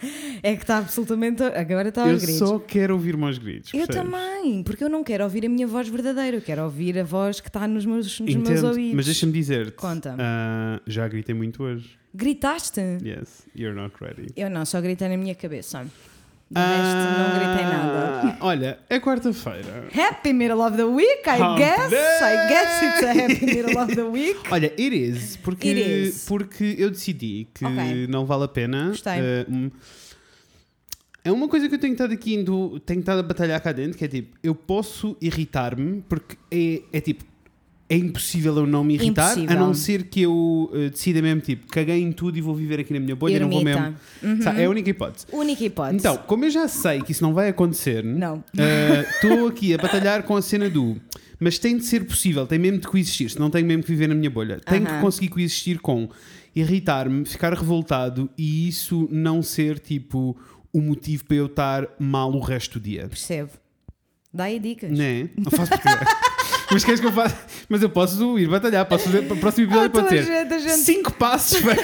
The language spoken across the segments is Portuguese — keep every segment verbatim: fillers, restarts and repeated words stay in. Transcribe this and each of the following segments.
É que está absolutamente. Agora está aos gritos. Eu só quero ouvir-me aos gritos. Eu percebes? também, porque eu não quero ouvir a minha voz verdadeira, eu quero ouvir a voz que está nos meus, nos meus Entendo, ouvidos. mas deixa-me dizer-te. Conta. Uh, já gritei muito hoje. Gritaste? Yes, you're not ready. Eu não, só gritei na minha cabeça. De Ah, resto, não gritei nada. Olha, é quarta-feira. Happy middle of the week, I Hump guess. day. I guess it's a happy middle of the week. Olha, it is, porque, It is. porque eu decidi que Ok. não vale a pena. Gostei. uh, um, é uma coisa que eu tenho estado aqui indo, tenho estado a batalhar cá dentro, que é tipo, eu posso irritar-me, porque é, é tipo, é impossível eu não me irritar, Impossível. a não ser que eu uh, decida mesmo, tipo, caguei em tudo e vou viver aqui na minha bolha, não vou Ermita. mesmo. Uhum. Sabe, é a única hipótese. Única hipótese. Então, como eu já sei que isso não vai acontecer, Não. estou uh, aqui a batalhar com a cena do mas tem de ser possível, tem mesmo de coexistir, se não tenho mesmo que viver na minha bolha. Tenho Uh-huh. que conseguir coexistir com irritar-me, ficar revoltado e isso não ser tipo o motivo para eu estar mal o resto do dia. Percebo. Dá aí dicas. Não é? Não faço porque mas queres que eu faça? Mas eu posso ir batalhar, posso fazer. O próximo episódio Ah, pode toda ser a gente, a gente- cinco passos para,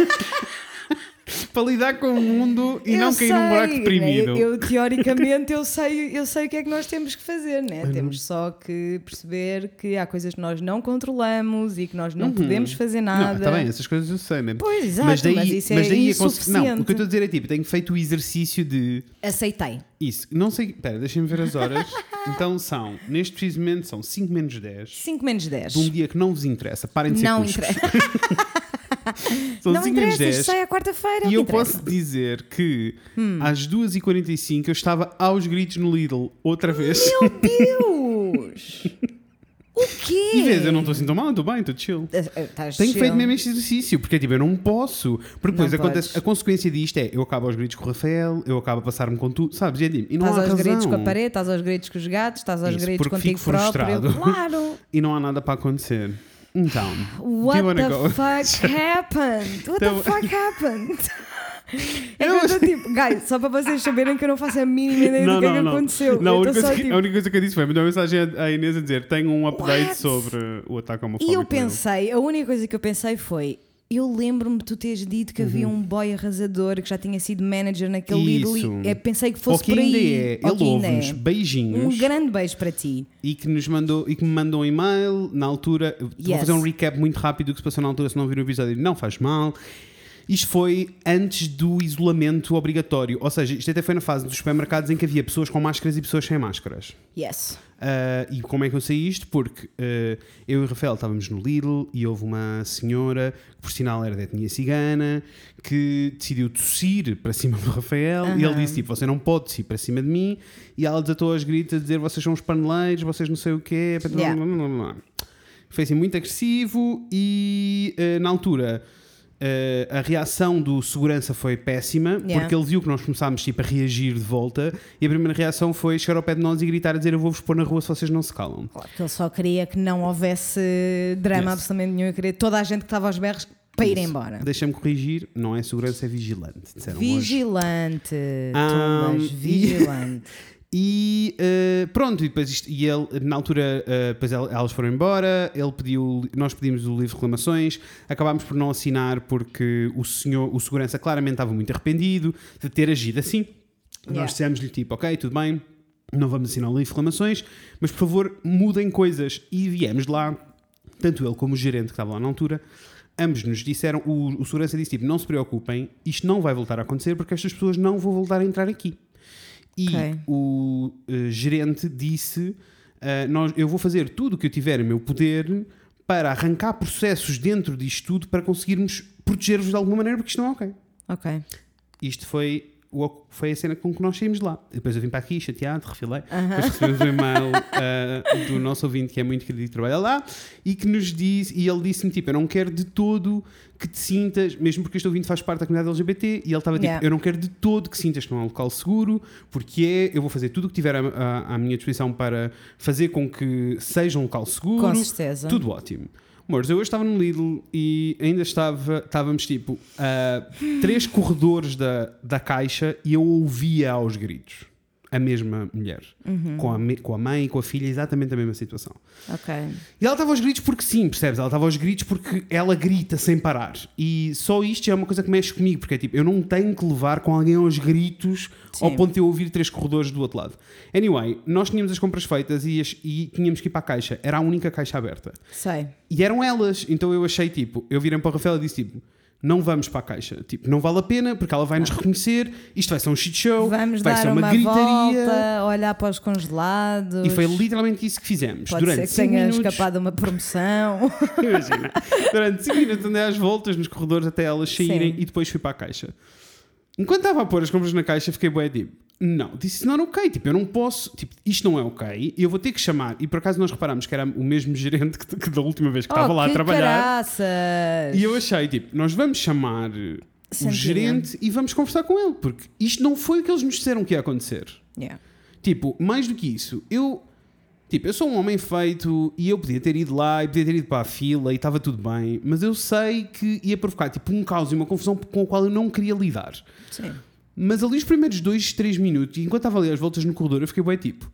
para lidar com o mundo e Eu não cair num buraco sei, deprimido. né? Eu, teoricamente, eu sei, eu sei o que é que nós temos que fazer, né? Temos só que perceber que há coisas que nós não controlamos e que nós não Uhum. podemos fazer Não, nada. está bem, essas coisas eu sei mesmo. Pois, exato, mas daí, mas isso é mas daí a cons- insuficiente. Não, o que eu estou a dizer é tipo, tenho feito o exercício de Aceitei. isso. Não sei, espera, deixem-me ver as horas. Então são, neste preciso momento, são cinco menos dez cinco menos dez. de um dia que não vos interessa. Parem de ser Não cuscos. interessa. São Não cinco menos interessa, isto dez. sai à quarta-feira. é o E que eu interessa. posso dizer que Hum. às duas e quarenta e cinco eu estava aos gritos no Lidl outra vez. Meu Deus! O quê? E vês, eu não estou assim tão mal, estou bem, estou chill. Estás Tenho chill. feito mesmo este exercício, porque tipo, eu não posso. Porque depois Não acontece, podes. a consequência disto é eu acabo aos gritos com o Rafael, eu acabo a passar-me com tudo, sabes? E, é, tipo, e não Estás há aos razão. gritos com a parede, estás aos gritos com os gatos, estás aos Isso, gritos porque contigo fico próprio. frustrado. Claro! E não há nada para acontecer. Então, do you What wanna the go? fuck happened? What Então- the fuck happened? É que Eu eu estou tipo, guys, só para vocês saberem que eu não faço a mínima ideia do que é que aconteceu. Não, a, Eu única estou coisa só, que, tipo, a única coisa que eu disse foi mandar uma mensagem à à Inês a dizer tenho um update What? sobre o ataque homofóbico. E eu dele. pensei, a única coisa que eu pensei foi, eu lembro-me de tu teres dito que havia um boy arrasador que já tinha sido manager naquele Lidl Isso. e é, pensei que Ou fosse que por ainda aí. é, Ou ele que ainda ouve-nos, é. beijinhos. Um grande beijo para ti. E que nos mandou e que me mandou um e-mail na altura. Vou Yes. fazer um recap muito rápido do que se passou na altura, se não viram o episódio, não faz mal. Isto foi antes do isolamento obrigatório, ou seja, isto até foi na fase dos supermercados em que havia pessoas com máscaras e pessoas sem máscaras. Yes. Uh, e como é que eu sei isto? Porque uh, eu e o Rafael estávamos no Lidl e houve uma senhora, que por sinal era de etnia cigana, que decidiu tossir para cima do Rafael. Uhum. E ele disse tipo, você não pode tossir para cima de mim. E ela desatou aos gritos a dizer, vocês são os paneleiros, vocês não sei o quê. Yeah. Foi assim muito agressivo e uh, na altura... Uh, a reação do segurança foi péssima, Yeah. porque ele viu que nós começámos tipo, a reagir de volta e a primeira reação foi chegar ao pé de nós e gritar a dizer eu vou-vos pôr na rua se vocês não se calam. Claro que ele só queria que não houvesse drama Yes. absolutamente nenhum. Eu queria toda a gente que estava aos berros para ir Isso. embora. Deixa-me corrigir, não é segurança, é vigilante. Disseram hoje. Vigilante, Ah, Tumbas, e- vigilante. E uh, pronto, e depois isto, e ele, na altura, uh, depois el- elas foram embora, ele pediu, nós pedimos o livro de reclamações, acabámos por não assinar porque o senhor, o segurança claramente estava muito arrependido de ter agido assim. Yeah. Nós dissemos-lhe tipo, ok, tudo bem, não vamos assinar o livro de reclamações, mas por favor mudem coisas. E viemos de lá, tanto ele como o gerente que estava lá na altura, ambos nos disseram, o, o segurança disse tipo, não se preocupem, isto não vai voltar a acontecer porque estas pessoas não vão voltar a entrar aqui. E Ok. o uh, gerente disse, uh, nós, eu vou fazer tudo o que eu tiver em meu poder para arrancar processos dentro disto tudo para conseguirmos proteger-vos de alguma maneira porque isto não é ok. Ok. Isto foi, o, foi a cena com que nós saímos de lá. Depois eu vim para aqui chateado, refilei. Uh-huh. Depois recebemos um e-mail uh, do nosso ouvinte que é muito querido e trabalha lá e que nos diz, e ele disse-me tipo, eu não quero de todo que te sintas, mesmo porque este ouvinte faz parte da comunidade L G B T e ele estava tipo, Yeah. eu não quero de todo que sintas que não é um local seguro porque é, eu vou fazer tudo o que tiver à, à, à minha disposição para fazer com que seja um local seguro. Com certeza. Tudo ótimo. Amores, eu hoje estava no Lidl e ainda estava, estávamos tipo a três corredores da, da caixa e eu ouvia aos gritos. a mesma mulher. Uhum. Com, a me, com a mãe e com a filha, exatamente a mesma situação. Ok. E ela estava aos gritos porque sim, percebes? Ela estava aos gritos porque ela grita sem parar. E só isto já é uma coisa que mexe comigo, porque é tipo, eu não tenho que levar com alguém aos gritos sim. ao ponto de eu ouvir três corredores do outro lado. Anyway, nós tínhamos as compras feitas e, as, e tínhamos que ir para a caixa. Era a única caixa aberta. Sei. E eram elas. Então eu achei tipo, eu virei para a Rafaela e disse tipo, não vamos para a caixa. Tipo, não vale a pena porque ela vai nos reconhecer. Isto vai ser um shit show. Vamos vai dar ser uma, uma gritaria. volta, olhar para os congelados. E foi literalmente isso que fizemos. Pode Durante ser que tenha minutos, escapado uma promoção. Imagina. Durante cinco minutos andei às voltas nos corredores até elas saírem. Sim. E depois fui para a caixa. Enquanto estava a pôr as compras na caixa, fiquei bué tipo, não, disse não era ok, tipo, eu não posso, tipo, isto não é ok, eu vou ter que chamar, e por acaso nós reparámos que era o mesmo gerente que, que da última vez que oh, estava lá que a trabalhar. Caraças. E eu achei, tipo, nós vamos chamar Sentia. o gerente e vamos conversar com ele, porque isto não foi o que eles nos disseram que ia acontecer. Yeah. Tipo, mais do que isso, eu... Tipo, eu sou um homem feito e eu podia ter ido lá e podia ter ido para a fila e estava tudo bem, mas eu sei que ia provocar tipo um caos e uma confusão com a qual eu não queria lidar. Sim. Mas ali os primeiros dois, três minutos, enquanto estava ali às voltas no corredor, eu fiquei bem tipo,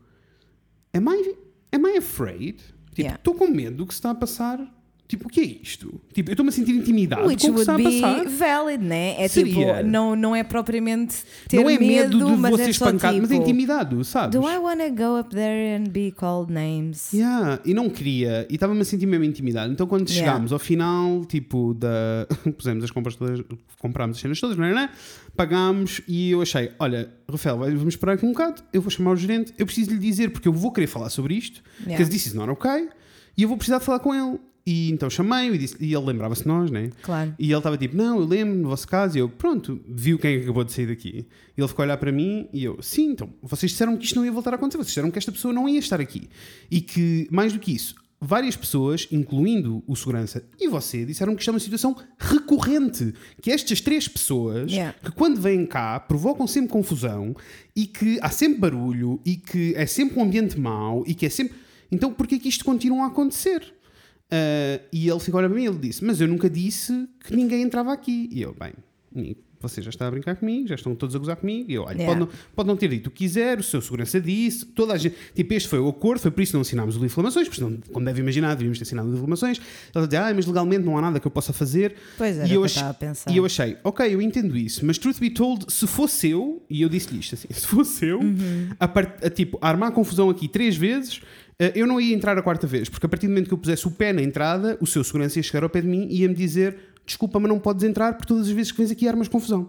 am I, am I afraid? Tipo, estou yeah. com medo do que se está a passar. Tipo, o que é isto? Tipo, eu estou-me a sentir intimidado Which com o que está a passar. Be valid, né? É Seria. tipo, não, não é propriamente ter não é medo, medo de mas você é espancado, tipo, mas é intimidado, sabes? Do I wanna go up there and be called names? Yeah, e não queria, e estava-me a sentir mesmo intimidado. Então quando Yeah. chegámos ao final, tipo, da... pusemos as compras todas, comprámos as cenas todas, não é, não é? Pagámos e eu achei, olha, Rafael, vamos esperar aqui um bocado, eu vou chamar o gerente, eu preciso lhe dizer, porque eu vou querer falar sobre isto, Yeah. because this is not okay, e eu vou precisar de falar com ele. E então chamei-o e, disse, e ele lembrava-se de nós, né? Claro. E ele estava tipo, não, eu lembro no vosso caso. E eu, pronto, viu quem acabou de sair daqui. E ele ficou a olhar para mim e eu, sim, então, vocês disseram que isto não ia voltar a acontecer. Vocês disseram que esta pessoa não ia estar aqui. E que, mais do que isso, várias pessoas, incluindo o segurança e você, disseram que isto é uma situação recorrente. Que estas três pessoas, Yeah. que quando vêm cá, provocam sempre confusão e que há sempre barulho e que é sempre um ambiente mau e que é sempre... Então, porquê é que isto continua a acontecer? Uh, e ele ficou a olhar para mim e ele disse, mas eu nunca disse que ninguém entrava aqui. E eu, bem, você já está a brincar comigo, já estão todos a gozar comigo. E eu, olha, Yeah. pode, não, pode não ter dito o que quiser, o seu segurança disse, toda a gente, tipo, este foi o acordo, foi por isso que não assinámos o livro de reclamações, porque senão, como deve imaginar, devíamos ter assinado o livro de reclamações. Ele disse, ah, mas legalmente não há nada que eu possa fazer. Pois era, e eu que eu achei, estava a pensar. E eu achei, ok, eu entendo isso, mas truth be told, se fosse eu, e eu disse-lhe isto assim, se fosse eu, Uhum. a, part, a, tipo, a armar confusão aqui três vezes, eu não ia entrar a quarta vez, porque a partir do momento que eu pusesse o pé na entrada, o seu segurança ia chegar ao pé de mim e ia-me dizer, desculpa, mas não podes entrar porque todas as vezes que vens aqui armas confusão.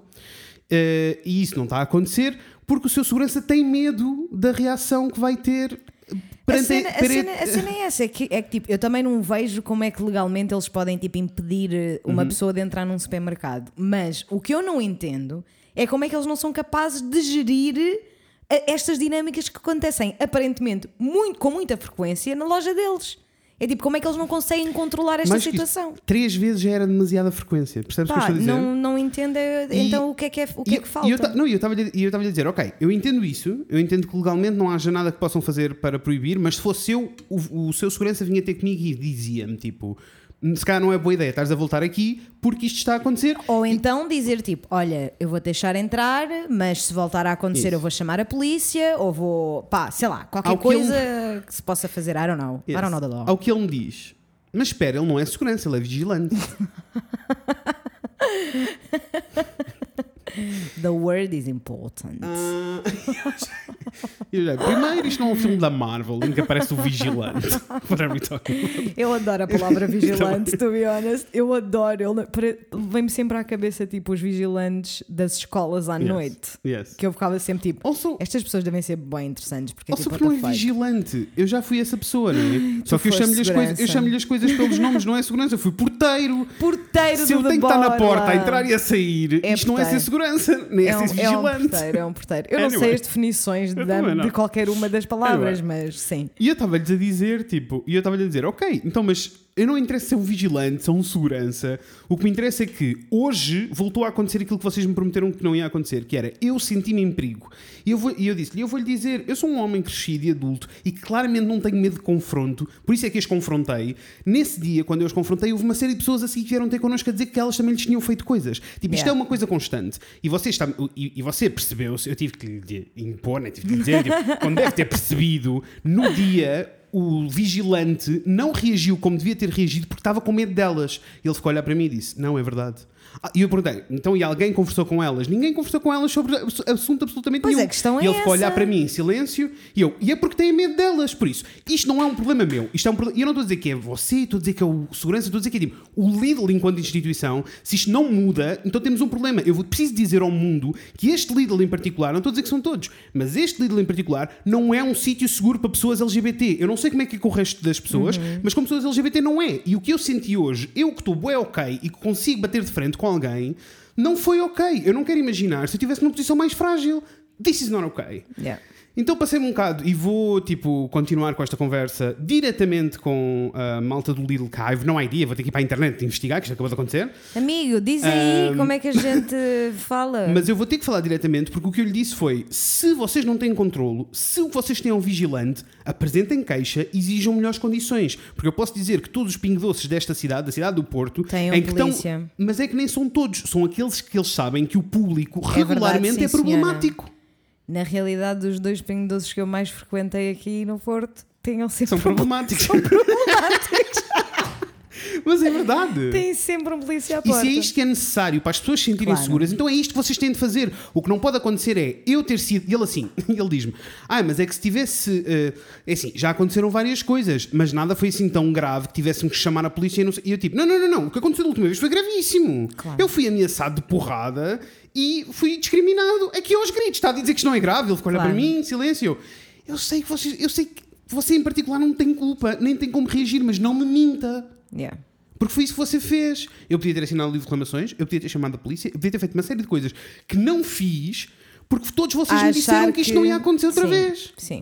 Uh, e isso não está a acontecer porque o seu segurança tem medo da reação que vai ter. A cena, a, cena, a cena é essa, é que, é que tipo, eu também não vejo como é que legalmente eles podem tipo, impedir uma uhum. pessoa de entrar num supermercado, mas o que eu não entendo é como é que eles não são capazes de gerir estas dinâmicas que acontecem aparentemente muito, com muita frequência na loja deles. É tipo, como é que eles não conseguem controlar esta Mas situação? Isto, três vezes já era demasiada frequência. Percebes o que eu estou a dizer? Não, não entendo, então e, o que é que, é, o que, e, é que falta? E eu, não, eu estava-lhe a dizer, ok, eu entendo isso, eu entendo que legalmente não haja nada que possam fazer para proibir, mas se fosse eu, o, o seu segurança vinha ter comigo e dizia-me, tipo, se calhar não é boa ideia, estás a voltar aqui porque isto está a acontecer. Ou então dizer tipo, olha, eu vou deixar entrar, mas se voltar a acontecer isso. Eu vou chamar a polícia, ou vou, pá, sei lá, qualquer que coisa ele... que se possa fazer, I don't know, yes. I don't know the law. Ao que ele me diz, mas espera, ele não é segurança, ele é vigilante. The word is important. Uh, eu já, primeiro, isto não é um filme da Marvel em que aparece o vigilante. Eu adoro a palavra vigilante, to be honest. Eu adoro. Vem-me sempre à cabeça tipo os vigilantes das escolas à yes, noite. Yes. Que eu ficava sempre tipo, also, estas pessoas devem ser bem interessantes. Porque, also tipo, porque não é vigilante. Eu já fui essa pessoa, não é? Só que eu chamo-lhe as, coisa, eu chamo-lhe as coisas pelos nomes, não é segurança. Eu fui porteiro. Porteiro Se eu tenho que estar na porta a entrar e a sair, é isto porteiro. Não é ser segurança, nem é, é um, ser vigilante. É um porteiro, é um porteiro. Eu anyway. não sei as definições de, de qualquer uma das palavras, anyway. Mas sim. E eu estava-lhes a dizer, tipo, e eu estava-lhe a dizer, ok, então, mas Eu não interessa ser um vigilante, ser um segurança. O que me interessa é que hoje voltou a acontecer aquilo que vocês me prometeram que não ia acontecer, que era, eu senti-me em perigo. E eu, vou, e eu disse-lhe, eu vou-lhe dizer, eu sou um homem crescido e adulto e claramente não tenho medo de confronto, por isso é que as confrontei. Nesse dia, quando eu os confrontei, houve uma série de pessoas assim que vieram ter connosco a dizer que elas também lhes tinham feito coisas. Tipo, isto yeah. é uma coisa constante. E você, está, e, e você percebeu, eu tive que lhe impor, né? Tive que lhe dizer, tipo, quando deve ter percebido, no dia... o vigilante não reagiu como devia ter reagido porque estava com medo delas. Ele ficou a olhar para mim e disse, não, é verdade. Ah, e eu perguntei, então e alguém conversou com elas? Ninguém conversou com elas sobre assunto absolutamente pois nenhum. É, a questão e é ele ficou a olhar essa. para mim em silêncio e eu, e é porque têm medo delas. Por isso, isto não é um problema meu. Isto é um problema. E eu não estou a dizer que é você, estou a dizer que é o segurança, estou a dizer que é tipo, o Lidl enquanto instituição, se isto não muda, então temos um problema. Eu preciso dizer ao mundo que este Lidl em particular, não estou a dizer que são todos, mas este Lidl em particular não é um sítio seguro para pessoas L G B T. Eu não sei como é que é com o resto das pessoas, uhum. mas com pessoas L G B T não é. E o que eu senti hoje, eu que estou bué ok e que consigo bater de frente com alguém, não foi ok. Eu não quero imaginar se eu estivesse numa posição mais frágil. This is not ok. Yeah. Então passei-me um bocado e vou tipo, continuar com esta conversa diretamente com a malta do Lidl Cave. Não há ideia, vou ter que ir para a internet investigar, que isto acabou de acontecer. Amigo, diz aí um, como é que a gente fala. Mas eu vou ter que falar diretamente porque o que eu lhe disse foi, se vocês não têm controlo, se o que vocês têm é um vigilante, apresentem queixa e exijam melhores condições. Porque eu posso dizer que todos os pingo-doces desta cidade, da cidade do Porto, têm em que polícia. Estão, mas é que nem são todos, são aqueles que eles sabem que o público é regularmente verdade, sim, é problemático. Senhora. Na realidade, os dois pingo-doces que eu mais frequentei aqui no Porto tinham sempre são problemáticos. São problemáticos. Mas é verdade. Tem sempre um polícia à porta. E se é isto que é necessário para as pessoas se sentirem claro. seguras, então é isto que vocês têm de fazer. O que não pode acontecer é eu ter sido... E ele assim, ele diz-me, ah, mas é que se tivesse... Uh, é assim, já aconteceram várias coisas, mas nada foi assim tão grave que tivéssemos que chamar a polícia e, não sei, e eu tipo, não, não, não, não, o que aconteceu da última vez foi gravíssimo. Claro. Eu fui ameaçado de porrada e fui discriminado. Aqui aos gritos, está a dizer que isto não é grave. Ele ficou a olhar claro. para mim em silêncio. Eu, eu sei que vocês... Eu sei que você em particular não tem culpa, nem tem como reagir, mas não me minta. Yeah. Porque foi isso que você fez. Eu podia ter assinado o livro de reclamações, eu podia ter chamado a polícia, eu podia ter feito uma série de coisas que não fiz, porque todos vocês me disseram que isto que... não ia acontecer outra sim, vez. Sim.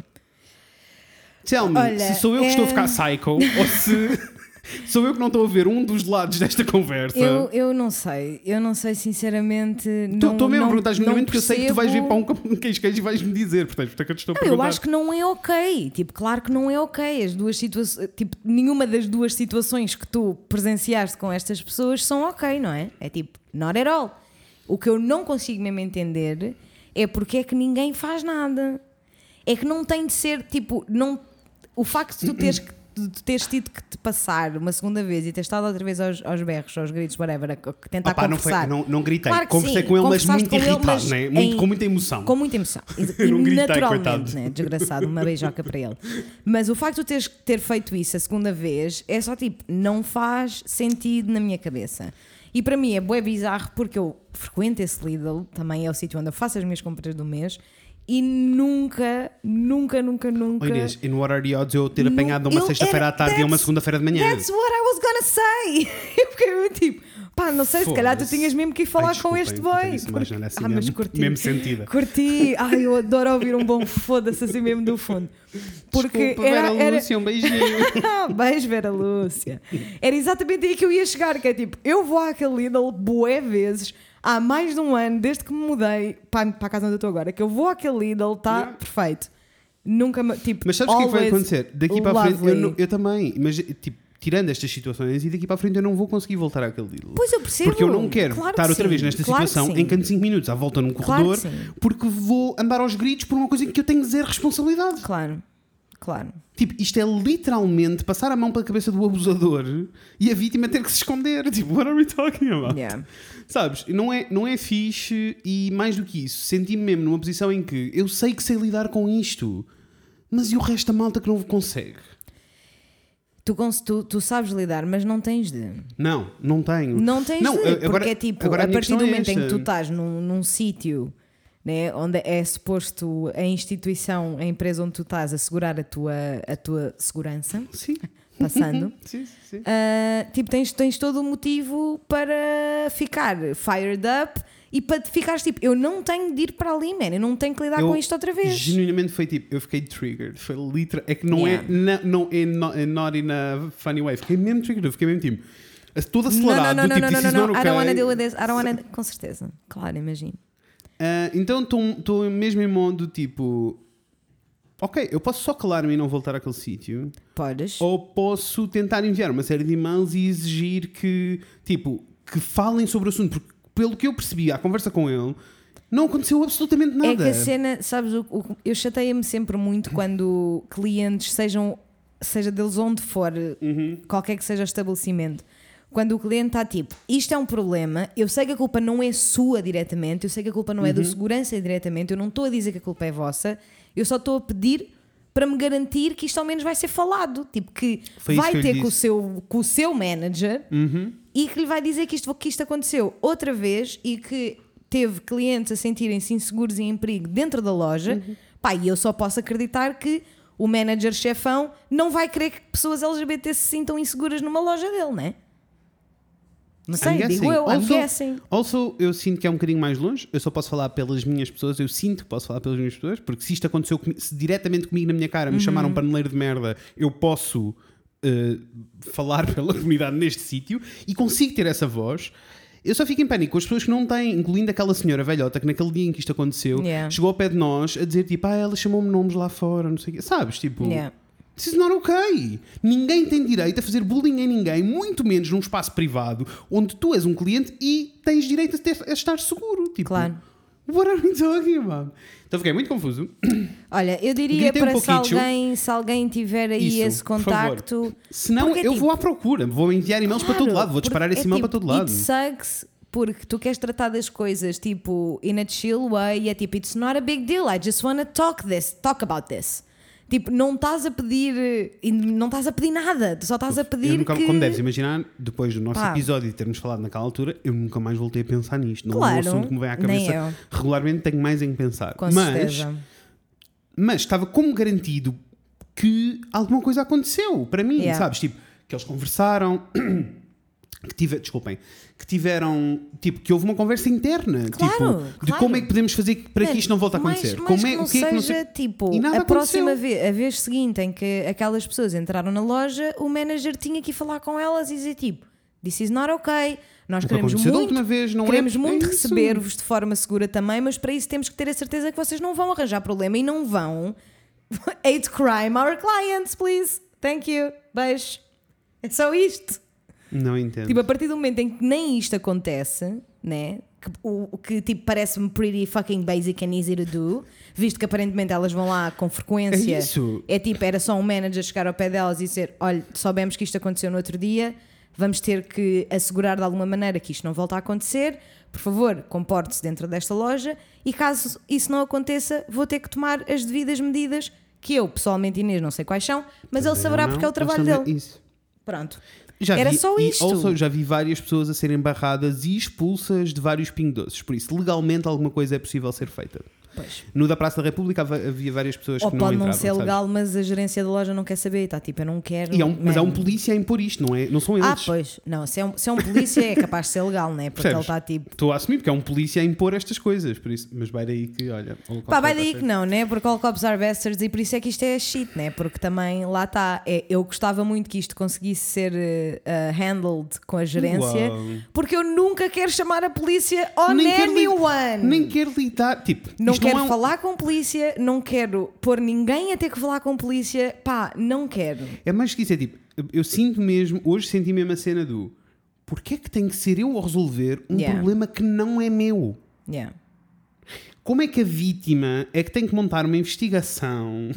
Tell me, Olha, se sou eu que é... estou a ficar psycho ou se sou eu que não estou a ver um dos lados desta conversa. Eu, eu não sei, eu não sei sinceramente. Estou mesmo a perguntar genuinamente porque percebo... eu sei que tu vais vir para um queijo-queijo e vais-me dizer, portanto, portanto, que eu te estou a perguntar. Eu acho que não é ok, tipo, claro que não é ok. As duas situações, tipo, nenhuma das duas situações que tu presenciaste com estas pessoas são ok, não é? É tipo, not at all. O que eu não consigo mesmo entender é porque é que ninguém faz nada. É que não tem de ser, tipo, não, o facto de tu teres que de teres tido que te passar uma segunda vez e ter estado outra vez aos, aos berros, aos gritos, whatever, a tentar Opa, conversar. Não, foi, não, não gritei, claro conversei sim, com ele, mas muito com irritado, ele, mas né? muito, em, com muita emoção. Com muita emoção. Eu não gritei, naturalmente, né? Desgraçado, uma beijoca para ele. Mas o facto de teres ter feito isso a segunda vez é só tipo, não faz sentido na minha cabeça. E para mim é bué bizarro porque eu frequento esse Lidl, também é o sítio onde eu faço as minhas compras do mês. E nunca, nunca, nunca, nunca... Oh Inês, in what are the odds eu ter apanhado uma sexta-feira à tarde e uma segunda-feira de manhã? That's what I was gonna say! Eu fiquei tipo, pá, não sei, se calhar tu tinhas mesmo que ir falar Ai, com este boy. Porque... Porque... Assim ah, mesmo, mas curti. Mesmo sentida. Curti. Ai, eu adoro ouvir um bom foda-se assim mesmo do fundo. Porque Desculpa, era, Vera era... Lúcia, um beijinho. Beijo, Vera Lúcia. Era exatamente aí que eu ia chegar, que é tipo, eu vou àquele Lidl bué vezes... Há mais de um ano, desde que me mudei para, para a casa onde eu estou agora, que eu vou àquele Lidl, está yeah. perfeito. Nunca me, tipo, mas sabes o que é que vai acontecer? Daqui para a frente, eu, não, eu também, mas tipo, tirando estas situações, e daqui para a frente eu não vou conseguir voltar àquele Lidl. Pois eu percebo. Porque eu não quero claro estar outra sim. vez nesta claro situação em que ando cinco minutos à volta num corredor, claro porque vou andar aos gritos por uma coisa em que eu tenho zero responsabilidade. Claro. Claro. Tipo, isto é literalmente passar a mão pela cabeça do abusador e a vítima ter que se esconder. Tipo, what are we talking about? Yeah. Sabes? Não é, não é fixe e mais do que isso, senti-me mesmo numa posição em que eu sei que sei lidar com isto, mas e o resto da malta que não consegue? Tu, tu, tu sabes lidar, mas não tens de. Não, não tenho. Não tens não, de, agora, porque é tipo, agora a, a partir do momento é em que tu estás num, num sítio... Né, onde é suposto a instituição, a empresa onde tu estás, assegurar a tua, a tua segurança. Sim. passando. Sim, sim. Uh, tipo, tens, tens todo o motivo para ficar fired up e para te ficares tipo, eu não tenho de ir para ali, man, eu não tenho que lidar eu, com isto outra vez. Genuinamente foi tipo, eu fiquei triggered. Foi literal. É que não Yeah. é, na, não é not, not in a funny way. Fiquei mesmo triggered, eu fiquei mesmo tipo, todo acelerado. Não, não, não, do tipo, não, this não, is não, not I okay. don't wanna deal with this. I don't wanna... Com certeza, claro, imagino. Uh, então estou mesmo em modo tipo, ok, eu posso só calar-me e não voltar àquele sítio. Podes. Ou posso tentar enviar uma série de e-mails e exigir que, tipo, que falem sobre o assunto. Porque, pelo que eu percebi, a conversa com ele, não aconteceu absolutamente nada. É que a cena, sabes, o, o, eu chateia-me sempre muito quando clientes, sejam, seja deles onde for, Uhum. qualquer que seja o estabelecimento, quando o cliente está tipo, isto é um problema, eu sei que a culpa não é sua diretamente, eu sei que a culpa não é Uhum. do segurança diretamente, eu não estou a dizer que a culpa é vossa, eu só estou a pedir para me garantir que isto ao menos vai ser falado, tipo que Foi isso vai que eu lhe ter com o, disse. seu, com o seu manager Uhum. e que lhe vai dizer que isto, que isto aconteceu outra vez e que teve clientes a sentirem-se inseguros e em perigo dentro da loja. Uhum. Pá, e eu só posso acreditar que o manager chefão não vai querer que pessoas L G B T se sintam inseguras numa loja dele, não é? Não sei, I'm digo guessing. eu, I'm Also- guessing. Also, eu sinto que é um bocadinho mais longe. Eu só posso falar pelas minhas pessoas. Eu sinto que posso falar pelas minhas pessoas. Porque se isto aconteceu comigo, se diretamente comigo na minha cara me Uhum. chamaram paneleiro de merda, eu posso uh, falar pela comunidade neste sítio e consigo ter essa voz. Eu só fico em pânico com as pessoas que não têm, incluindo aquela senhora velhota que naquele dia em que isto aconteceu Yeah. chegou ao pé de nós a dizer tipo, ah, ela chamou-me nomes lá fora, não sei o quê. Sabes? Tipo, Yeah. this is not okay. Ninguém tem direito a fazer bullying em ninguém, muito menos num espaço privado onde tu és um cliente e tens direito a, ter, a estar seguro. Tipo, Claro. what are we talking about? Então fiquei muito confuso. Olha, eu diria Gritei um para se pouquinho. alguém, se alguém tiver aí Isso, esse por contacto. Senão Porque é eu tipo, vou à procura, vou enviar e-mails para todo lado, vou disparar porque esse é e-mail tipo, para todo lado. It sucks porque tu queres tratar das coisas tipo in a chill way e é tipo, it's not a big deal, I just wanna talk this, talk about this. Tipo, não estás a pedir, não estás a pedir nada, tu só estás a pedir Eu nunca, que... como deves imaginar, depois do nosso Pá. episódio e termos falado naquela altura, eu nunca mais voltei a pensar nisto. Não é um Claro, assunto que me vem à nem cabeça. eu. Regularmente tenho mais em que pensar. Com mas, certeza. mas estava como garantido que alguma coisa aconteceu para mim, Yeah. sabes? Tipo, que eles conversaram, que tive, desculpem, que tiveram, tipo, que houve uma conversa interna, Claro, tipo, de claro. como é que podemos fazer para que Mano, isto não volte a mais- acontecer. mais como é, que não o que é que não seja, sei... tipo, E nada a próxima aconteceu. vez, a vez seguinte em que aquelas pessoas entraram na loja, o manager tinha que ir falar com elas e dizer tipo, this is not okay, nós O que queremos aconteceu da muito, última vez não é- queremos é muito isso. receber-vos de forma segura também, mas para isso temos que ter a certeza que vocês não vão arranjar problema e não vão hate crime our clients, please, thank you, beijo. É só isto. Não entendo. Tipo, a partir do momento em que nem isto acontece, né? Que, o, o que tipo parece-me pretty fucking basic and easy to do, visto que aparentemente elas vão lá com frequência. É isso. É tipo, era só um manager chegar ao pé delas e dizer: olha, soubemos que isto aconteceu no outro dia, vamos ter que assegurar de alguma maneira que isto não volta a acontecer. Por favor, comporte-se dentro desta loja e caso isso não aconteça, vou ter que tomar as devidas medidas que eu, pessoalmente, Inês, não sei quais são, mas ele saberá Não, porque é o eles trabalho também- dele. Isso. Pronto. Já Era vi, só e isto. also já vi várias pessoas a serem barradas e expulsas de vários ping-doces. Por isso, legalmente, alguma coisa é possível ser feita. Pois. No da Praça da República havia havia várias pessoas Ou que não pode entravam. não ser sabes? legal, mas a gerência da loja não quer saber. Está tipo, eu não quero. E há um- mas há um man. polícia a impor isto, não, é? Não são eles. Ah, pois. Não, se é um, se é um polícia é capaz de ser legal, né? Porque Percebes? ele está tipo. Estou a assumir porque é um polícia a impor estas coisas. Por isso, mas vai daí que, olha. o Pá, vai copo daí está que não, né? Porque all cops are bastards e por isso é que isto é shit, né? Porque também lá está. É, eu gostava muito que isto conseguisse ser uh, handled com a gerência, Uau. porque eu nunca quero chamar a polícia on Nem quero li- anyone. Nem quero lidar. Tipo, Não isto quero não é um- falar com polícia, não quero pôr ninguém a ter que falar com polícia. Pá, não quero. É mais que isso, é tipo, eu, eu sinto mesmo, hoje senti mesmo a cena do porquê é que tem que ser eu a resolver um Yeah. problema que não é meu? Yeah. Como é que a vítima é que tem que montar uma investigação?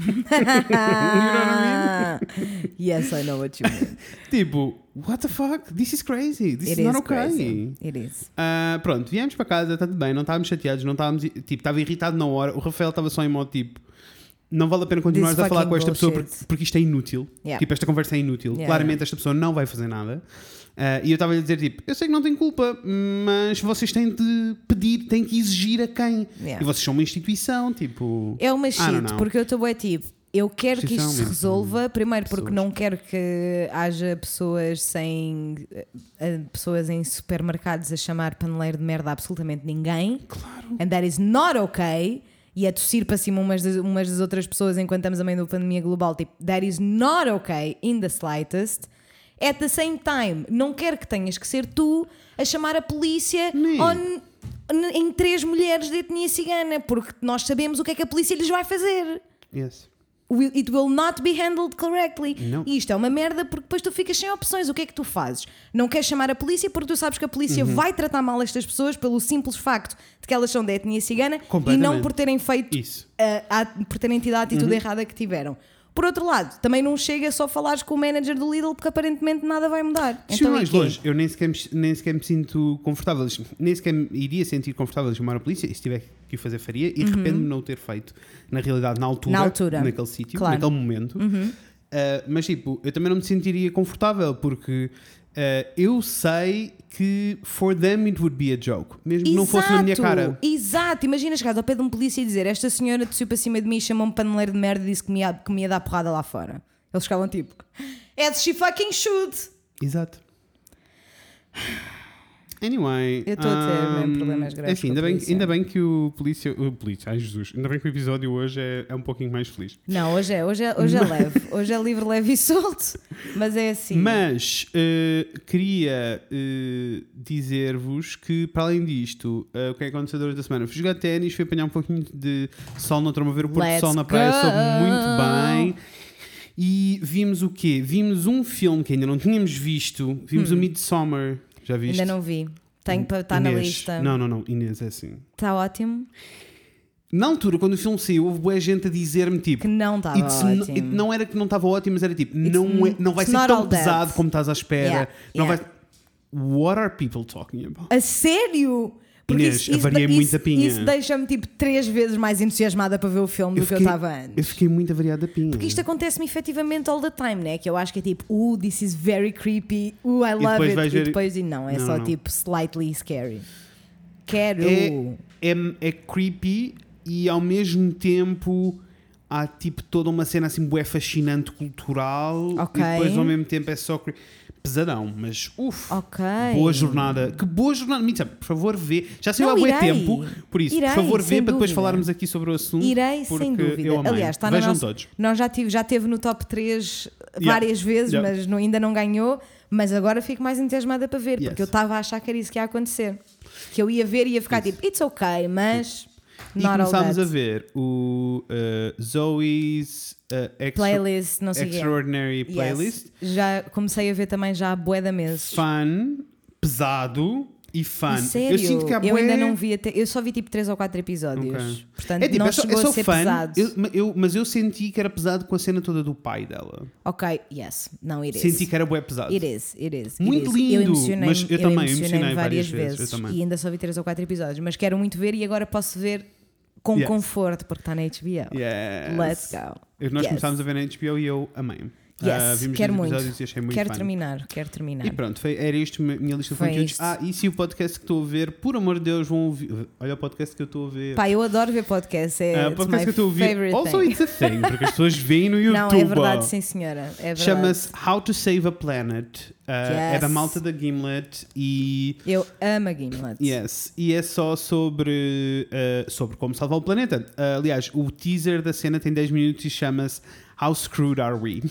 Yes, I know what you mean. Tipo, what the fuck? This is crazy. This It is not is okay. crazy. It is. Ah, pronto, viemos para casa, está tudo bem, não estávamos chateados, não estávamos, tipo, estava irritado na hora. O Rafael estava só em modo tipo, não vale a pena continuares This a falar fucking com esta pessoa bullshit. porque, porque isto é inútil. Yeah. Tipo, esta conversa é inútil. Yeah, Claramente yeah. esta pessoa não vai fazer nada. Ah, e eu estava a dizer tipo, eu sei que não tenho culpa, mas vocês têm de pedir, têm que exigir a quem? Yeah. E vocês são uma instituição, tipo. É uma I don't shit, know. porque eu estou é tipo, Eu quero que isto se Precisamente. resolva, primeiro porque Pessoas. não quero que haja pessoas sem eh, pessoas em supermercados a chamar paneleiro de merda a absolutamente ninguém. Claro. And that is not okay. E a tossir para cima umas das, umas das outras pessoas enquanto estamos a meio da pandemia global. Tipo, that is not okay in the slightest. At the same time, não quero que tenhas que ser tu a chamar a polícia on, n- em três mulheres de etnia cigana, porque nós sabemos o que é que a polícia lhes vai fazer. Yes. Will- It will not be handled correctly. Não. E isto é uma merda porque depois tu ficas sem opções. O que é que tu fazes? Não queres chamar a polícia porque tu sabes que a polícia vai tratar mal estas pessoas pelo simples facto de que elas são da etnia cigana e Completamente. não por terem feito Isso. a- a- por terem tido a atitude errada que tiveram. Por outro lado, também não chega só falares com o manager do Lidl porque aparentemente nada vai mudar. Se Então, mais e quê? longe, eu nem sequer, me, nem sequer me sinto confortável, nem sequer me iria sentir confortável de chamar a polícia, e se tiver que o fazer, faria, e arrependo-me de não o ter feito, na realidade, na altura, Na altura. naquele sítio, Claro. naquele momento. Uh, mas, tipo, eu também não me sentiria confortável, porque uh, eu sei que for them it would be a joke, mesmo que não fosse na minha cara. Exato, imagina chegares ao pé de um polícia e dizer: esta senhora tossiu para cima de mim e chamou-me paneleiro de merda e disse que me, ia, que me ia dar porrada lá fora. Eles ficavam tipo: as she fucking should. Exato. Anyway, Eu estou a ter um, mesmo problemas graves assim, com a ainda, bem, polícia. ainda bem que o polícia, o polícia, ai Jesus, ainda bem que o episódio hoje é, é um pouquinho mais feliz. Não, hoje é, hoje é, hoje é leve. Hoje é livre, leve e solto. Mas é assim. Mas uh, queria uh, dizer-vos que, para além disto, uh, o que é que aconteceu durante a semana? Fui jogar ténis, fui apanhar um pouquinho de sol, não estou a ver o pôr do Let's sol na praia, go! soube muito bem. E vimos o quê? Vimos um filme que ainda não tínhamos visto, vimos o Midsommar. Já viste? Ainda não vi. Tenho para estar na Inês. lista. Não, não, não, Inês é assim. Está ótimo. Na altura, quando o filme saiu, houve boa gente a dizer-me tipo. Que não estava "It's ótimo. n- it- não era que não estava ótimo, mas era tipo, It's não, é- n- não vai it's ser not tão all that. pesado como estás à espera. Yeah, Não yeah. vai. What are people talking about? A sério? Inês, eu variei isso, muito a pinha. Isso deixa-me tipo três vezes mais entusiasmada para ver o filme do que eu estava antes. eu fiquei muito avariado da pinha. Porque isto acontece-me efetivamente all the time, né? Que eu acho que é tipo, uh, this is very creepy, uh, I love depois it. vais E ver- depois, e não, é Não, só não. tipo slightly scary. Quero. É, é, é creepy e ao mesmo tempo há tipo toda uma cena assim bué fascinante cultural Ok. e depois ao mesmo tempo é só cre- pesadão, mas uff, Ok. boa jornada. Que boa jornada. Mitya, por favor, vê. Já saiu Não, há bué irei. tempo, por isso, Irei, por favor, vê sem para depois dúvida. falarmos aqui sobre o assunto. Irei, porque sem dúvida. Eu amei. Aliás, está na Vejam nossa, todos. nós já, tive, já teve no top três Yeah. várias vezes, Yeah. mas não- ainda não ganhou. Mas agora fico mais entusiasmada para ver, Yes. porque eu estava a achar que era isso que ia acontecer. Que eu ia ver e ia ficar tipo, it's ok, mas E not all começámos that. a ver o uh, Zoe's uh, Extra- Playlist, não sei o quê. Extraordinary Yes. Playlist. Já comecei a ver também já há bué da meses. Fun, pesado e fun. Sério? Eu sinto que há eu bué... ainda não vi até, eu só vi tipo três ou quatro episódios. Ok. Portanto, É tipo, não é só, chegou é só a ser fun, pesado. eu- eu- mas eu senti que era pesado com a cena toda do pai dela. Ok, yes. Não, it is. Senti que era bué pesado. It is, it is. it Muito is. lindo, Eu emocionei, mas eu também emocionei emocionei várias várias vezes, vezes. eu também. E ainda só vi três ou quatro episódios. Mas quero muito ver e agora posso ver com Yes. conforto, porque está na H B O. Yes. Let's go. Nós Yes. começámos a ver na H B O e eu amei. Yes, Ah, vimos quero dois muito. episódios e achei muito Quero fun. terminar, quero terminar. E pronto, foi, era isto a minha lista de Foi conteúdos. isto. Ah, e se o podcast que estou a ver, por amor de Deus, vão ouvir. Olha o podcast que eu estou a ver. Pá, eu adoro ver podcast. É Ah, o it's podcast my que eu estou a ouvir. favorite Also, thing. it's a thing, porque as pessoas veem no YouTube. Não, é verdade, sim senhora. É verdade. Chama-se How to Save a Planet. Uh, É da Yes. malta da Gimlet e. Eu amo a Gimlet. Yes, e é só sobre, uh, sobre como salvar o planeta. Uh, aliás, o teaser da cena tem dez minutos e chama-se How Screwed Are We?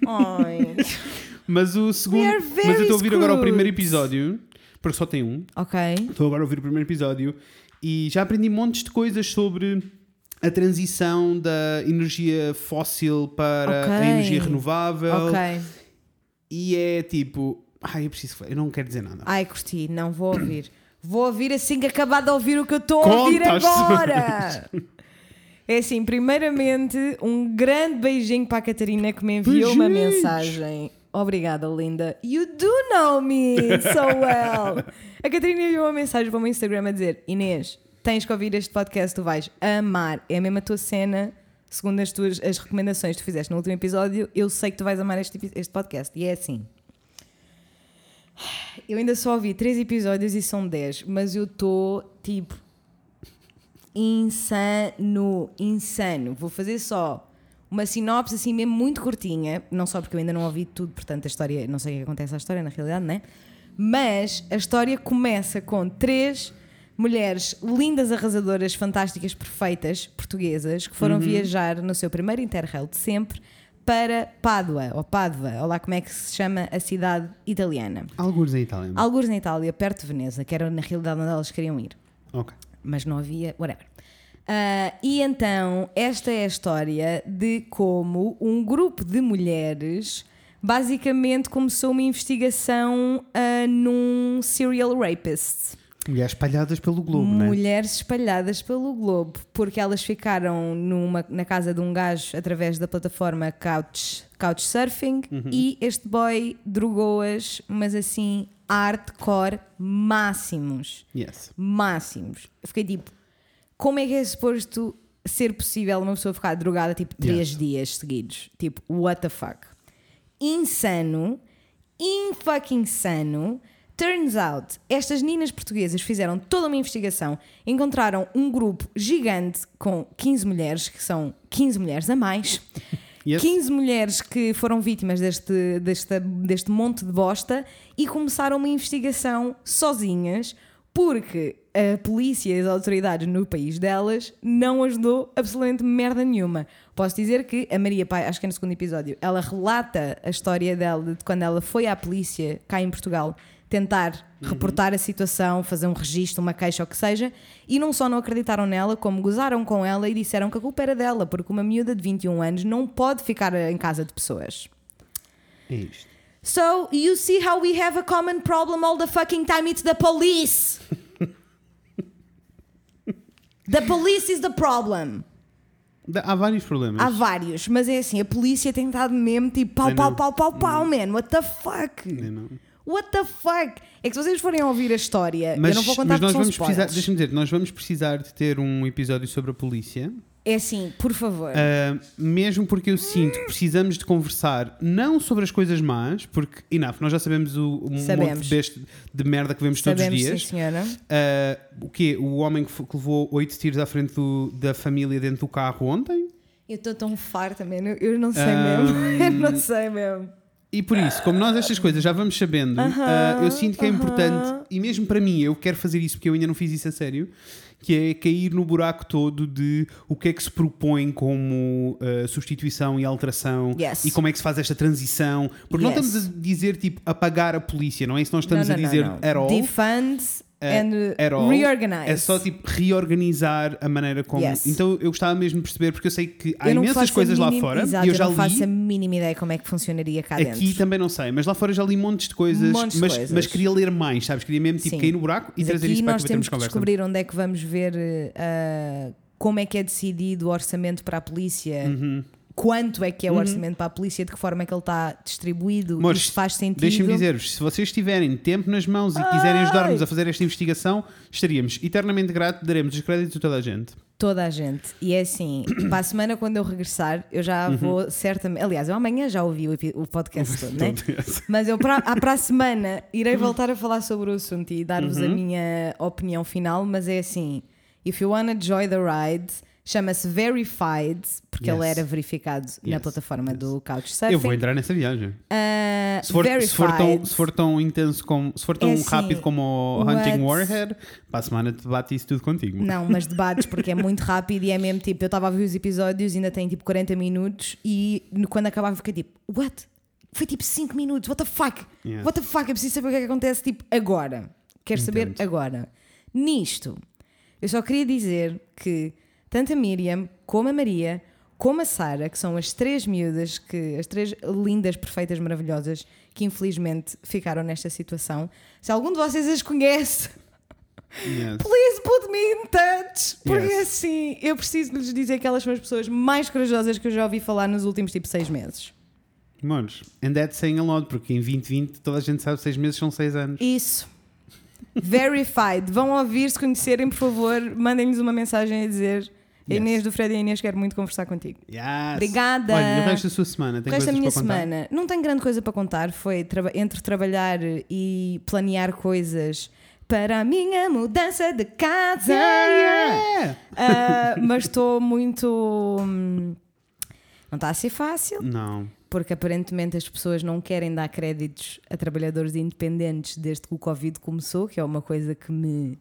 Ai. Mas o segundo. We are very Mas eu estou a ouvir agora o screwed. primeiro episódio, porque só tem um. Ok. Estou agora a ouvir o primeiro episódio e já aprendi montes de coisas sobre a transição da energia fóssil para Ok. a energia renovável. Ok. E é tipo. Ai, eu preciso. Eu não quero dizer nada. Ai, curti, não vou ouvir. Vou ouvir assim que acabar de ouvir o que eu estou a ouvir Conta-se. agora. É assim, primeiramente, um grande beijinho para a Catarina que me enviou uma Beijinhos. mensagem. Obrigada, linda. You do know me so well. A Catarina enviou uma mensagem para o meu Instagram a dizer: Inês, tens que ouvir este podcast, tu vais amar. É mesmo a tua cena, segundo as tuas as recomendações que tu fizeste no último episódio, eu sei que tu vais amar este, este podcast. E é assim. Eu ainda só ouvi três episódios e são dez, mas eu estou tipo insano, insano. Vou fazer só uma sinopse assim mesmo muito curtinha, não só porque eu ainda não ouvi tudo, portanto a história, não sei o que acontece à história na realidade, não é? Mas a história começa com três mulheres lindas, arrasadoras, fantásticas, perfeitas, portuguesas, que foram uhum. viajar no seu primeiro Interrail de sempre para Pádua, ou Pádua, ou lá como é que se chama a cidade italiana. Algures em Itália. Algures na Itália, perto de Veneza, que era na realidade onde elas queriam ir. Ok. Mas não havia, whatever. Uh, e então, esta é a história de como um grupo de mulheres basicamente começou uma investigação uh, num serial rapist. Mulheres espalhadas pelo globo, não é? Mulheres espalhadas pelo globo, porque elas ficaram numa, na casa de um gajo através da plataforma Couch, Couchsurfing uhum. e este boy drogou-as, mas assim, hardcore máximos. Yes. Máximos. Eu fiquei tipo, como é que é suposto ser possível uma pessoa ficar drogada tipo três yes. dias seguidos? Tipo, what the fuck? Insano, in-fucking insano. Turns out, estas meninas portuguesas fizeram toda uma investigação, encontraram um grupo gigante com quinze mulheres, que são quinze mulheres a mais, yes. quinze mulheres que foram vítimas deste, deste, deste monte de bosta e começaram uma investigação sozinhas, porque a polícia e as autoridades no país delas não ajudou absolutamente merda nenhuma. Posso dizer que a Maria Pai, acho que é no segundo episódio, ela relata a história dela de quando ela foi à polícia cá em Portugal tentar uhum. reportar a situação, fazer um registro, uma queixa, ou o que seja, e não só não acreditaram nela, como gozaram com ela e disseram que a culpa era dela, porque uma miúda de vinte e um anos não pode ficar em casa de pessoas. É isto. So, you see how we have a common problem all the fucking time, it's the police! The police is the problem. Há vários problemas. Há vários, mas é assim, a polícia tem estado mesmo tipo pau, pau, pau, pau, pau, man, what the fuck? Não. What the fuck? É que se vocês forem ouvir a história, mas, eu não vou contar mas nós porque vamos são precisar, spoilers. deixa-me dizer, nós vamos precisar de ter um episódio sobre a polícia. É assim, por favor. Uh, mesmo porque eu sinto que precisamos de conversar não sobre as coisas más, porque, enough, nós já sabemos o, um sabemos. monte deste, de merda que vemos sabemos, todos os dias. Sim, senhora. Uh, o quê? O homem que, que levou oito tiros à frente do, da família dentro do carro ontem? Eu estou tão farta, man. Eu não sei uh, mesmo. Eu não sei mesmo. E por isso, como nós estas coisas já vamos sabendo, uh -huh, uh, eu sinto que é uh -huh. importante, e mesmo para mim, eu quero fazer isso porque eu ainda não fiz isso a sério, que é cair no buraco todo de o que é que se propõe como uh, substituição e alteração yes. e como é que se faz esta transição. Porque yes. não estamos a dizer tipo apagar a polícia, não é isso que nós estamos não, não, a dizer não, não. at all. Defund and uh, reorganize. É só tipo reorganizar a maneira como. Yes. Então eu gostava mesmo de perceber, porque eu sei que há eu imensas coisas mínima, lá fora. exato, e eu já eu não li. faço a mínima ideia como é que funcionaria cá Aqui dentro. Aqui também não sei, mas lá fora já li montes de coisas, montes mas, de coisas. mas queria ler mais, sabes? Queria mesmo tipo, cair no buraco e mas trazer isso para nós que temos que conversa. descobrir onde é que vamos ver uh, como é que é decidido o orçamento para a polícia. Uhum. Quanto é que é o uhum. orçamento para a polícia, de que forma é que ele está distribuído, Mas, e se faz sentido. Deixem-me dizer-vos, se vocês tiverem tempo nas mãos e quiserem ajudar-nos a fazer esta investigação, estaríamos eternamente gratos, daremos os créditos a toda a gente. Toda a gente. E é assim, para a semana quando eu regressar, eu já uhum. vou certamente... Aliás, eu amanhã já ouvi o, o podcast todo, né? Mas eu para, para a semana irei voltar a falar sobre o assunto e dar-vos uhum. a minha opinião final, mas é assim, if you wanna enjoy the ride... Chama-se Verified, porque yes. ele era verificado yes. na plataforma yes. do Couchsurfing. Eu vou entrar nessa viagem. Uh, se, for, se, for tão, se for tão intenso como, se for tão é assim, rápido como o Hunting Warhead, para a semana debate isso tudo contigo. Não, mas debates porque é muito rápido e é mesmo tipo, eu estava a ver os episódios e ainda tem tipo quarenta minutos e quando acabava fiquei tipo, what? Foi tipo cinco minutos, what the fuck? Yes. What the fuck? Eu preciso saber o que é que acontece tipo agora. Quero Entendo. saber agora. Nisto, eu só queria dizer que tanto a Miriam, como a Maria, como a Sara, que são as três miúdas, que, as três lindas, perfeitas, maravilhosas, que infelizmente ficaram nesta situação. Se algum de vocês as conhece, yes. please put me in touch. Porque yes. assim, eu preciso lhes dizer que elas são as pessoas mais corajosas que eu já ouvi falar nos últimos tipo seis meses. Mons, and that's saying a lot, porque em vinte vinte toda a gente sabe que seis meses são seis anos. Isso. Verified. Vão ouvir, se conhecerem, por favor, mandem-nos uma mensagem a dizer... A Inês yes. do Fred e a Inês quero muito conversar contigo. Yes. Obrigada. Olha, no resto da sua semana, tem o resto coisas da minha para contar? semana não tenho grande coisa para contar. Foi tra- entre trabalhar e planear coisas para a minha mudança de casa. Yeah, yeah. Uh, mas estou muito... Hum, Não está a ser fácil. Não. Porque aparentemente as pessoas não querem dar créditos a trabalhadores independentes desde que o Covid começou, que é uma coisa que me...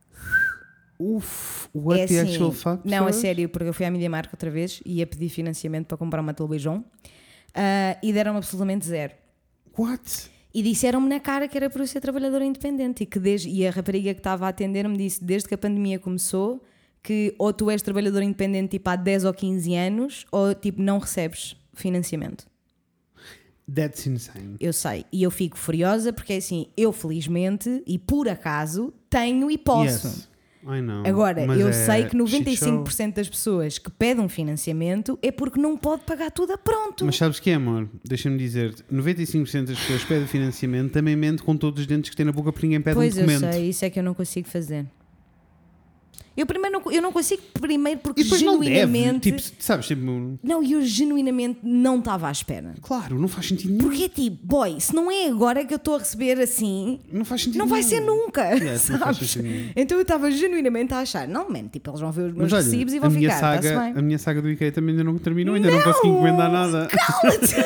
Uf, what é the assim, actual fuck? Não, a pessoas? sério, porque eu fui à MediaMarkt outra vez e ia pedir financiamento para comprar uma televisão uh, e deram absolutamente zero. What? E disseram-me na cara que era por eu ser trabalhadora independente e, que desde, e a rapariga que estava a atender-me disse, desde que a pandemia começou, que ou tu és trabalhador independente tipo há dez ou quinze anos ou tipo não recebes financiamento. That's insane. Eu sei, e eu fico furiosa porque é assim, eu felizmente e por acaso tenho e posso. Yes. I know. Agora, Mas eu é sei que noventa e cinco por shit cento das pessoas que pedem um financiamento é porque não pode pagar tudo a pronto. show. Mas sabes que é, amor? Deixa-me dizer, noventa e cinco por cento das pessoas que pedem financiamento também mente com todos os dentes que têm na boca porque ninguém pede Pois um eu documento. sei, isso é que eu não consigo fazer. Eu primeiro não, eu não consigo primeiro porque E depois não deve. genuinamente... Tipo, sabes, tipo, Não, eu genuinamente não estava à espera. claro, não faz sentido nenhum. Porque é tipo, boy, se não é agora que eu estou a receber assim, Não faz sentido não vai nenhum. ser nunca, Yes, não faz sabes? sentido nenhum. Então eu estava genuinamente a achar, não, man, tipo, eles vão ver os meus Mas olha, recibos e a vão minha, ficar, está-se saga, bem. a minha saga do IKEA também ainda não terminou, ainda não, Não, consegui encomendar nada. Cala-te!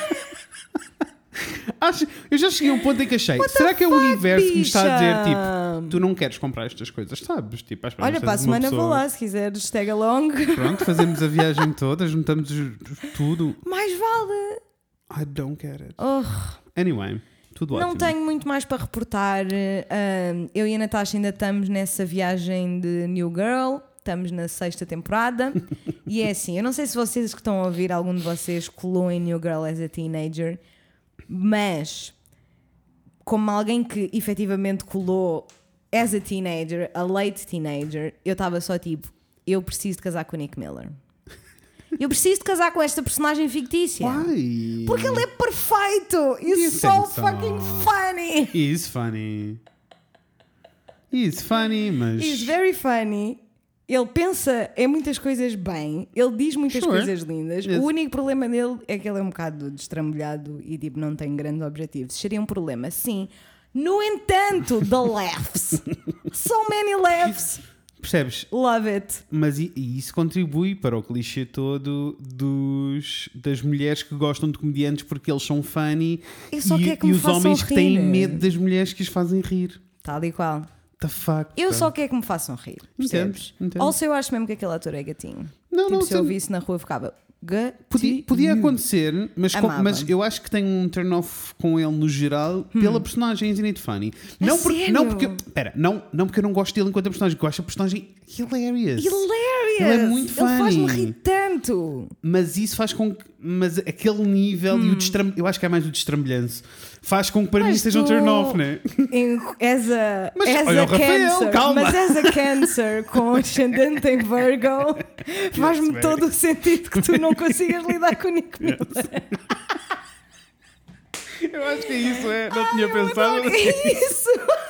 Acho, eu já cheguei a um ponto em que achei, será que é o universo que me está a dizer, bicha? tipo, tu não queres comprar estas coisas, sabes? Tipo, às vezes Olha, tens para a uma semana pessoa- vou lá, se quiseres, tag along. Pronto, fazemos a viagem toda, juntamos tudo. Mais vale. I don't get it. Oh, Anyway, tudo não ótimo. tenho muito mais para reportar. Um, eu e a Natasha ainda estamos nessa viagem de New Girl. Estamos na sexta temporada. E é assim, eu não sei se vocês que estão a ouvir, algum de vocês colou em New Girl as a teenager, mas como alguém que efetivamente colou as a teenager, a late teenager, eu estava só tipo, eu preciso de casar com o Nick Miller. Eu preciso de casar com esta personagem fictícia. Why? Porque ele é perfeito! He's You so think so? fucking funny! He's funny. He's funny, mas... He's very funny. Ele pensa em muitas coisas bem. Ele diz muitas Sure. coisas lindas. Yes. O único problema dele é que ele é um bocado destrambulhado e tipo, não tem grandes objetivos. Seria um problema, sim. No entanto, the laughs. So many laughs. Percebes? Love it. Mas e, e isso contribui para o clichê todo dos, das mulheres que gostam de comediantes porque eles são funny Eu só e, quero que e me os façam homens que rir. têm medo das mulheres que os fazem rir. Tal e qual. The fuck? Eu pá. só quero que me façam rir. Percebes? Entendo, entendo. Also, eu acho mesmo que aquele ator é gatinho. Não, tipo, não, se eu sim. visse na rua, eu ficava gatinho. Podia, podia acontecer, mas, com- Amava. mas eu acho que tenho um turn-off com ele no geral pela personagem Isn't It Funny. Não porque, sério? não, porque, pera, não, não porque eu não gosto dele enquanto a personagem, porque eu acho a personagem hilarious. Hilarious! Ele é muito Ele faz-me funny. rir tanto. Mas isso faz com que. Mas aquele nível e o destram, eu acho que é mais o destrambelhanço, faz com que para mim Mas seja um tu- turn-off, né? Em, as a, Mas as olha a o Rafael, cancer, calma. mas as a cancer com ascendente em Virgo, faz-me Yes, todo o sentido que tu não consigas lidar com o Nick Miller. Eu acho que é isso, é. Não tinha Ai, eu pensado. adoro isso!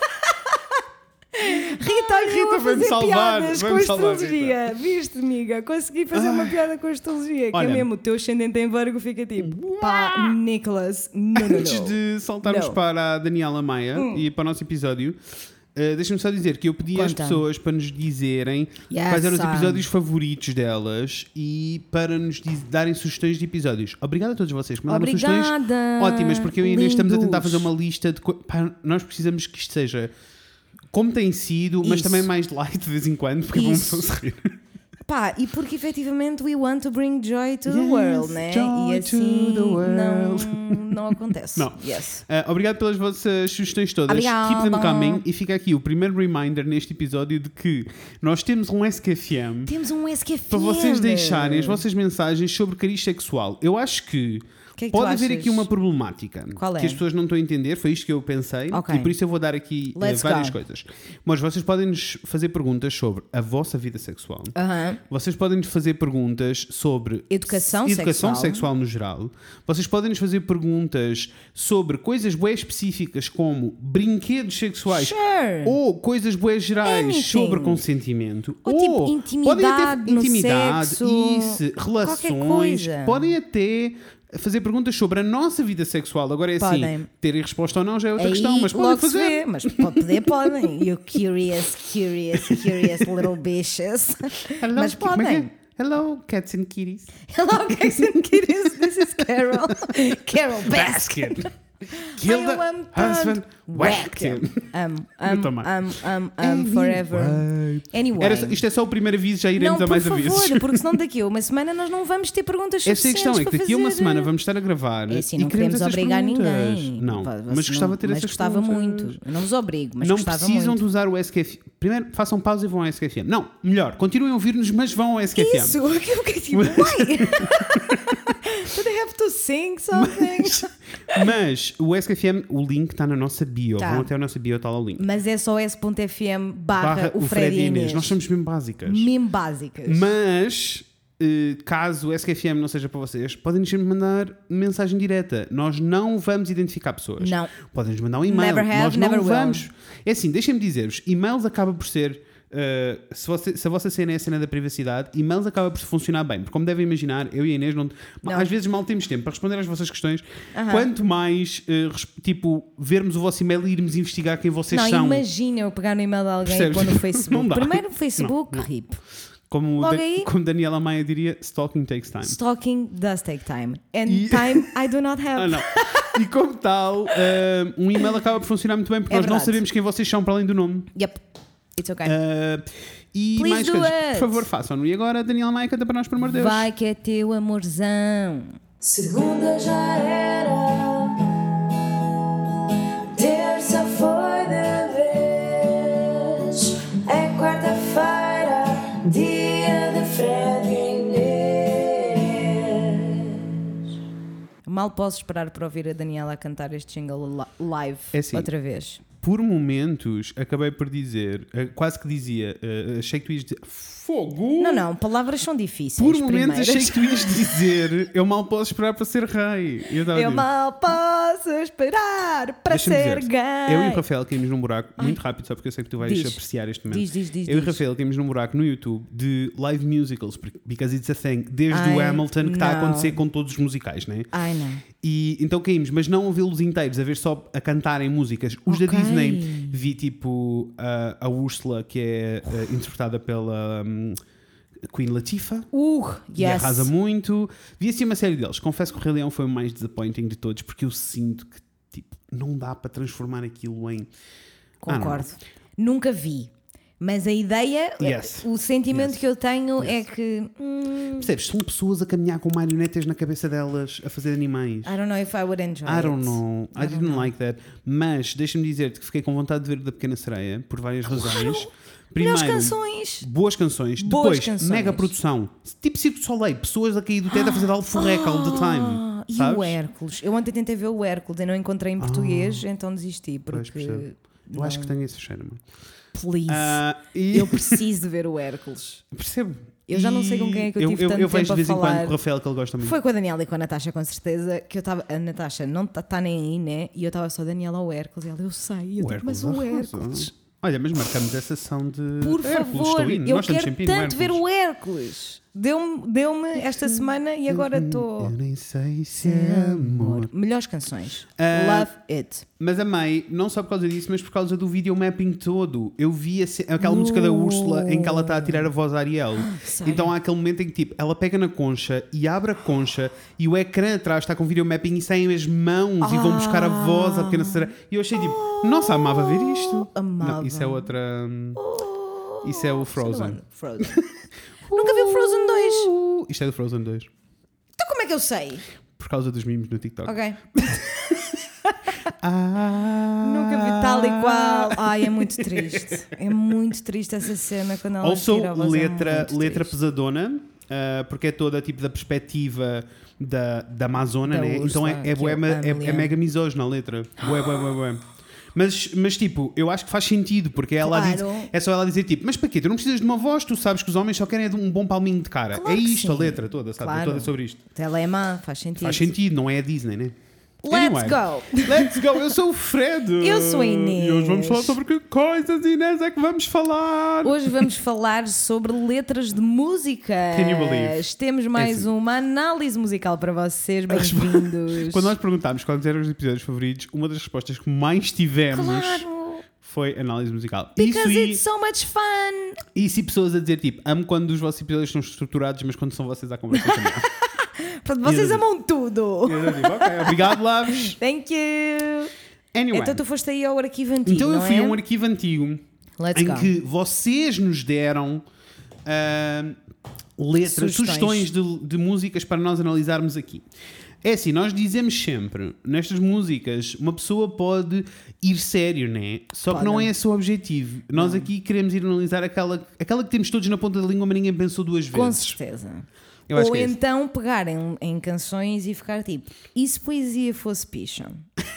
Rita, Ai, eu Rita, a vai-me fazer salvar, piadas com vai-me salvar, astrologia. Viste, amiga? Consegui fazer uma piada com astrologia. Que Olha. é mesmo, o teu ascendente em Virgo fica tipo, pá, Nicholas, não, não, Antes não. de saltarmos Não. para a Daniela Maia e para o nosso episódio, uh, deixa-me só dizer que eu pedi às Conta. pessoas para nos dizerem Yes, quais eram os ah. episódios favoritos delas e para nos diz- darem sugestões de episódios. Obrigado a todos vocês que mandaram sugestões Obrigada. ótimas, porque eu e a Inês estamos a tentar Lindos. fazer uma lista de coisas. Nós precisamos que isto seja como tem sido, mas Isso. também mais light de vez em quando, porque vamos Isso. se rir. Pá, e porque efetivamente we want to bring joy to the Yes, world, né? joy E assim to the world. não, não acontece. Não. Yes. Uh, obrigado pelas vossas sugestões todas. Obrigada. Keep them coming. E fica aqui o primeiro reminder neste episódio de que nós temos um S K F M Temos um S Q F M. para vocês deixarem as vossas mensagens sobre cariz sexual. Eu acho que, Que é que tu pode haver achas? aqui uma problemática Qual é? que as pessoas não estão a entender. Foi isto que eu pensei Ok. e por isso eu vou dar aqui uh, Let's várias go. coisas. Mas vocês podem nos fazer perguntas sobre a vossa vida sexual. Aham. Vocês podem nos fazer perguntas sobre Educação educação sexual. sexual no geral. Vocês podem nos fazer perguntas sobre coisas bué específicas como brinquedos sexuais Sure. ou coisas bué gerais Anything. sobre consentimento Ou, tipo, intimidade podem até no intimidade, sexo, isso, qualquer relações, coisa. podem até fazer perguntas sobre a nossa vida sexual. Agora é Podem. assim, terem resposta ou não já é outra Aí questão, mas podem logo se fazer. vê, mas pode poder, podem. You curious, curious, curious little bitches. Hello, Mas como é que podem. é? Hello, cats and kitties. Hello, cats and kitties. This is Carol. Carol Baskin. Killed the husband, whacked him. Um, um, também. um, um, um, forever. Anyway. Era só- isto é só o primeiro aviso, já iremos Não, a mais por favor, avisos. porque senão daqui a uma semana nós não vamos ter perguntas Essa é a suficientes questão, é que para daqui a uma fazer. semana vamos estar a gravar É assim, e não queremos essas obrigar perguntas. ninguém. Não, Pá, mas vocês gostava não- de ter mas essas gostava perguntas. muito. Eu não vos obrigo, mas Não gostava precisam muito. de usar o S Q F. Primeiro, façam pausa e vão ao S Q F M. Não, melhor, continuem a ouvir-nos, mas vão ao S Q F M. Isso, aquilo que é tipo, why? Do they have to sing something? Mas, mas o S Q F M, o link está na nossa bio. Tá. Vão até a nossa bio, está lá o link. Mas é só s.fm barra Barra o Fred e Inês. Nós somos mesmo básicas. Mesmo básicas. Mas, eh, caso o S Q F M não seja para vocês, podem-nos sempre mandar mensagem direta. Nós não vamos identificar pessoas. Não. Podem-nos mandar um e-mail. Never have, Nós não never will. vamos. É assim, deixem-me dizer-vos: e-mails acaba por ser. eh, se, você- se a vossa cena é a cena da privacidade, e-mails acaba por funcionar bem. Porque, como devem imaginar, eu e a Inês não, Não. às vezes mal temos tempo para responder às vossas questões. Aham. Quanto mais, eh, res- tipo, vermos o vosso e-mail e irmos investigar quem vocês Não, são. imagina eu pegar no e-mail de alguém Percebes? e pôr no Facebook. Não dá. Primeiro no Facebook, Não, não. rip. Como, Logo Da- aí. como Daniela Maia diria, stalking takes time. Stalking does take time. And E- time I do not have. Ah, não. E como tal, ah, um e-mail acaba por funcionar muito bem porque É nós não verdade. sabemos quem vocês são para além do nome. Yep. It's okay. Ah, e Please mais do coisas, it. por favor, façam-no. E agora, Daniela Maia, canta para nós, pelo amor de Deus. Vai que é teu amorzão. Segunda já era, terça foi de vez, é quarta-feira, dia de Fred e Inês. Mal posso esperar para ouvir a Daniela a cantar este jingle li- live É assim. outra vez. Por momentos, acabei por dizer, ah, quase que dizia, ah, achei que tu ias dizer, fogo! Não, não, palavras são difíceis. Por momentos primeiras. achei que tu ias dizer, eu mal posso esperar para ser rei. E eu estava a Eu dizer, mal posso esperar para Deixa-me ser dizer-te, gay. eu e o Rafael caímos num buraco muito rápido, só porque eu sei que tu vais Diz. apreciar este momento. Diz, diz, diz, eu e o diz. Rafael caímos num buraco no YouTube de live musicals, porque- because it's a thing, desde Ai, o Hamilton que está a não. acontecer com todos os musicais, né? Ai não. E então caímos, mas não a vê-los inteiros, a ver só a cantarem músicas. Os da Ok. Disney, vi tipo a, a Úrsula, que é eh, interpretada pela hum, Queen Latifah. Uh, E yes. arrasa muito. Vi assim uma série deles. Confesso que o Rei Leão foi o mais disappointing de todos, porque eu sinto que tipo, não dá para transformar aquilo em. Concordo. Nunca vi. Mas a ideia, Yes. o sentimento Yes. que eu tenho Yes. é que hum, Percebes? São pessoas a caminhar com marionetas na cabeça delas, a fazer animais. I don't know if I would enjoy I don't it. know. I, I don't didn't know. like that. Mas deixa-me dizer-te que fiquei com vontade de ver da Pequena Sereia por várias razões. Melhores Primeiro, canções. boas canções. Boas Depois, canções. mega produção. Tipo Circo de Soleil, pessoas a cair do teto a fazer alforreca all the time. Ah, e sabes? o Hércules? Eu ontem tentei ver o Hércules e não encontrei em português, então desisti. Pois, Porque percebo. Eu acho que tenho esse cheiro, mano. please, Ah, e... eu preciso de ver o Hércules. Percebo. Eu já não sei com quem é que eu tive eu, tanto eu vejo tempo a de vez em falar. quando com o Rafael, que ele gosta muito. Foi com a Daniela e com a Natasha, com certeza, que eu estava. A Natasha não está tá nem aí, né? E eu estava só, Daniela, o Hércules. E ela, eu sei. E eu, O tipo, mas Hércules o arrasa. Hércules. Olha, mas marcamos essa sessão de. Por Hércules, favor, estou indo. eu Nós estamos quero sempre indo no tanto ver Hércules. o Hércules. Deu-me deu esta semana e agora estou. Eu nem sei se é amor. Melhores canções. Ah, Love it. Mas amei, não só por causa disso, mas por causa do video mapping todo. Eu vi a ce- aquela música da Úrsula em que ela está a tirar a voz a Ariel. Sei. Então há aquele momento em que tipo, ela pega na concha e abre a concha e o ecrã atrás está com video mapping e saem as mãos e vão buscar a voz à pequena sereia. E eu achei tipo, nossa, amava ver isto. Amava. Não, isso é outra. hum, Isso é o Frozen. Frozen. Nunca vi o Frozen dois. Uh, Isto é do Frozen dois. Então como é que eu sei? Por causa dos memes no TikTok. Ok. Ah, Nunca vi tal e qual. Ai, é muito triste. É muito triste essa cena quando ela Also, tira a voz. letra, é muito letra triste. pesadona, uh, porque é toda tipo da perspectiva da, da Amazona, Da né? Úrsula, Então é, é, que bué, eu ma- amo, é, é Leão. mega misógina a letra. Bué, bué, bué, bué. Mas, mas tipo, eu acho que faz sentido, porque ela Claro. diz, é só ela dizer tipo, mas para quê? Tu não precisas de uma voz, tu sabes que os homens só querem é de um bom palminho de cara. Claro é que isto a sim. letra toda, sabe? Claro. É toda sobre isto. Telema, faz sentido. Faz sentido, não é a Disney, né? Let's Anyway, go. Let's go, eu sou o Fred. Eu sou a Inês. E hoje vamos falar sobre que coisas, Inês, é que vamos falar. Hoje vamos falar sobre letras de música. Can you believe? Temos mais É assim. uma análise musical para vocês. Bem-vindos. Quando nós perguntámos quais eram os episódios favoritos, uma das respostas que mais tivemos Claro. foi análise musical. Because Isso it's so much fun! e, e se pessoas a dizer tipo, amo quando os vossos episódios são estruturados, mas quando são vocês à conversa também. Pronto, vocês Eu- amam tudo! Eu digo, ok, obrigado, loves. Thank you! Anyway, Então tu foste aí ao arquivo antigo, então eu não fui é? a um arquivo antigo Let's em go. que vocês nos deram ah, letras, Sugestões. sugestões de, de músicas para nós analisarmos aqui. É assim, nós dizemos sempre, nestas músicas, uma pessoa pode ir sério, né? Só que Pode. não é esse o objetivo. Nós aqui queremos ir analisar aquela, aquela que temos todos na ponta da língua, mas ninguém pensou duas vezes. Com certeza. Eu acho Ou que é esse. então pegarem em canções e ficar tipo, e se poesia fosse picha?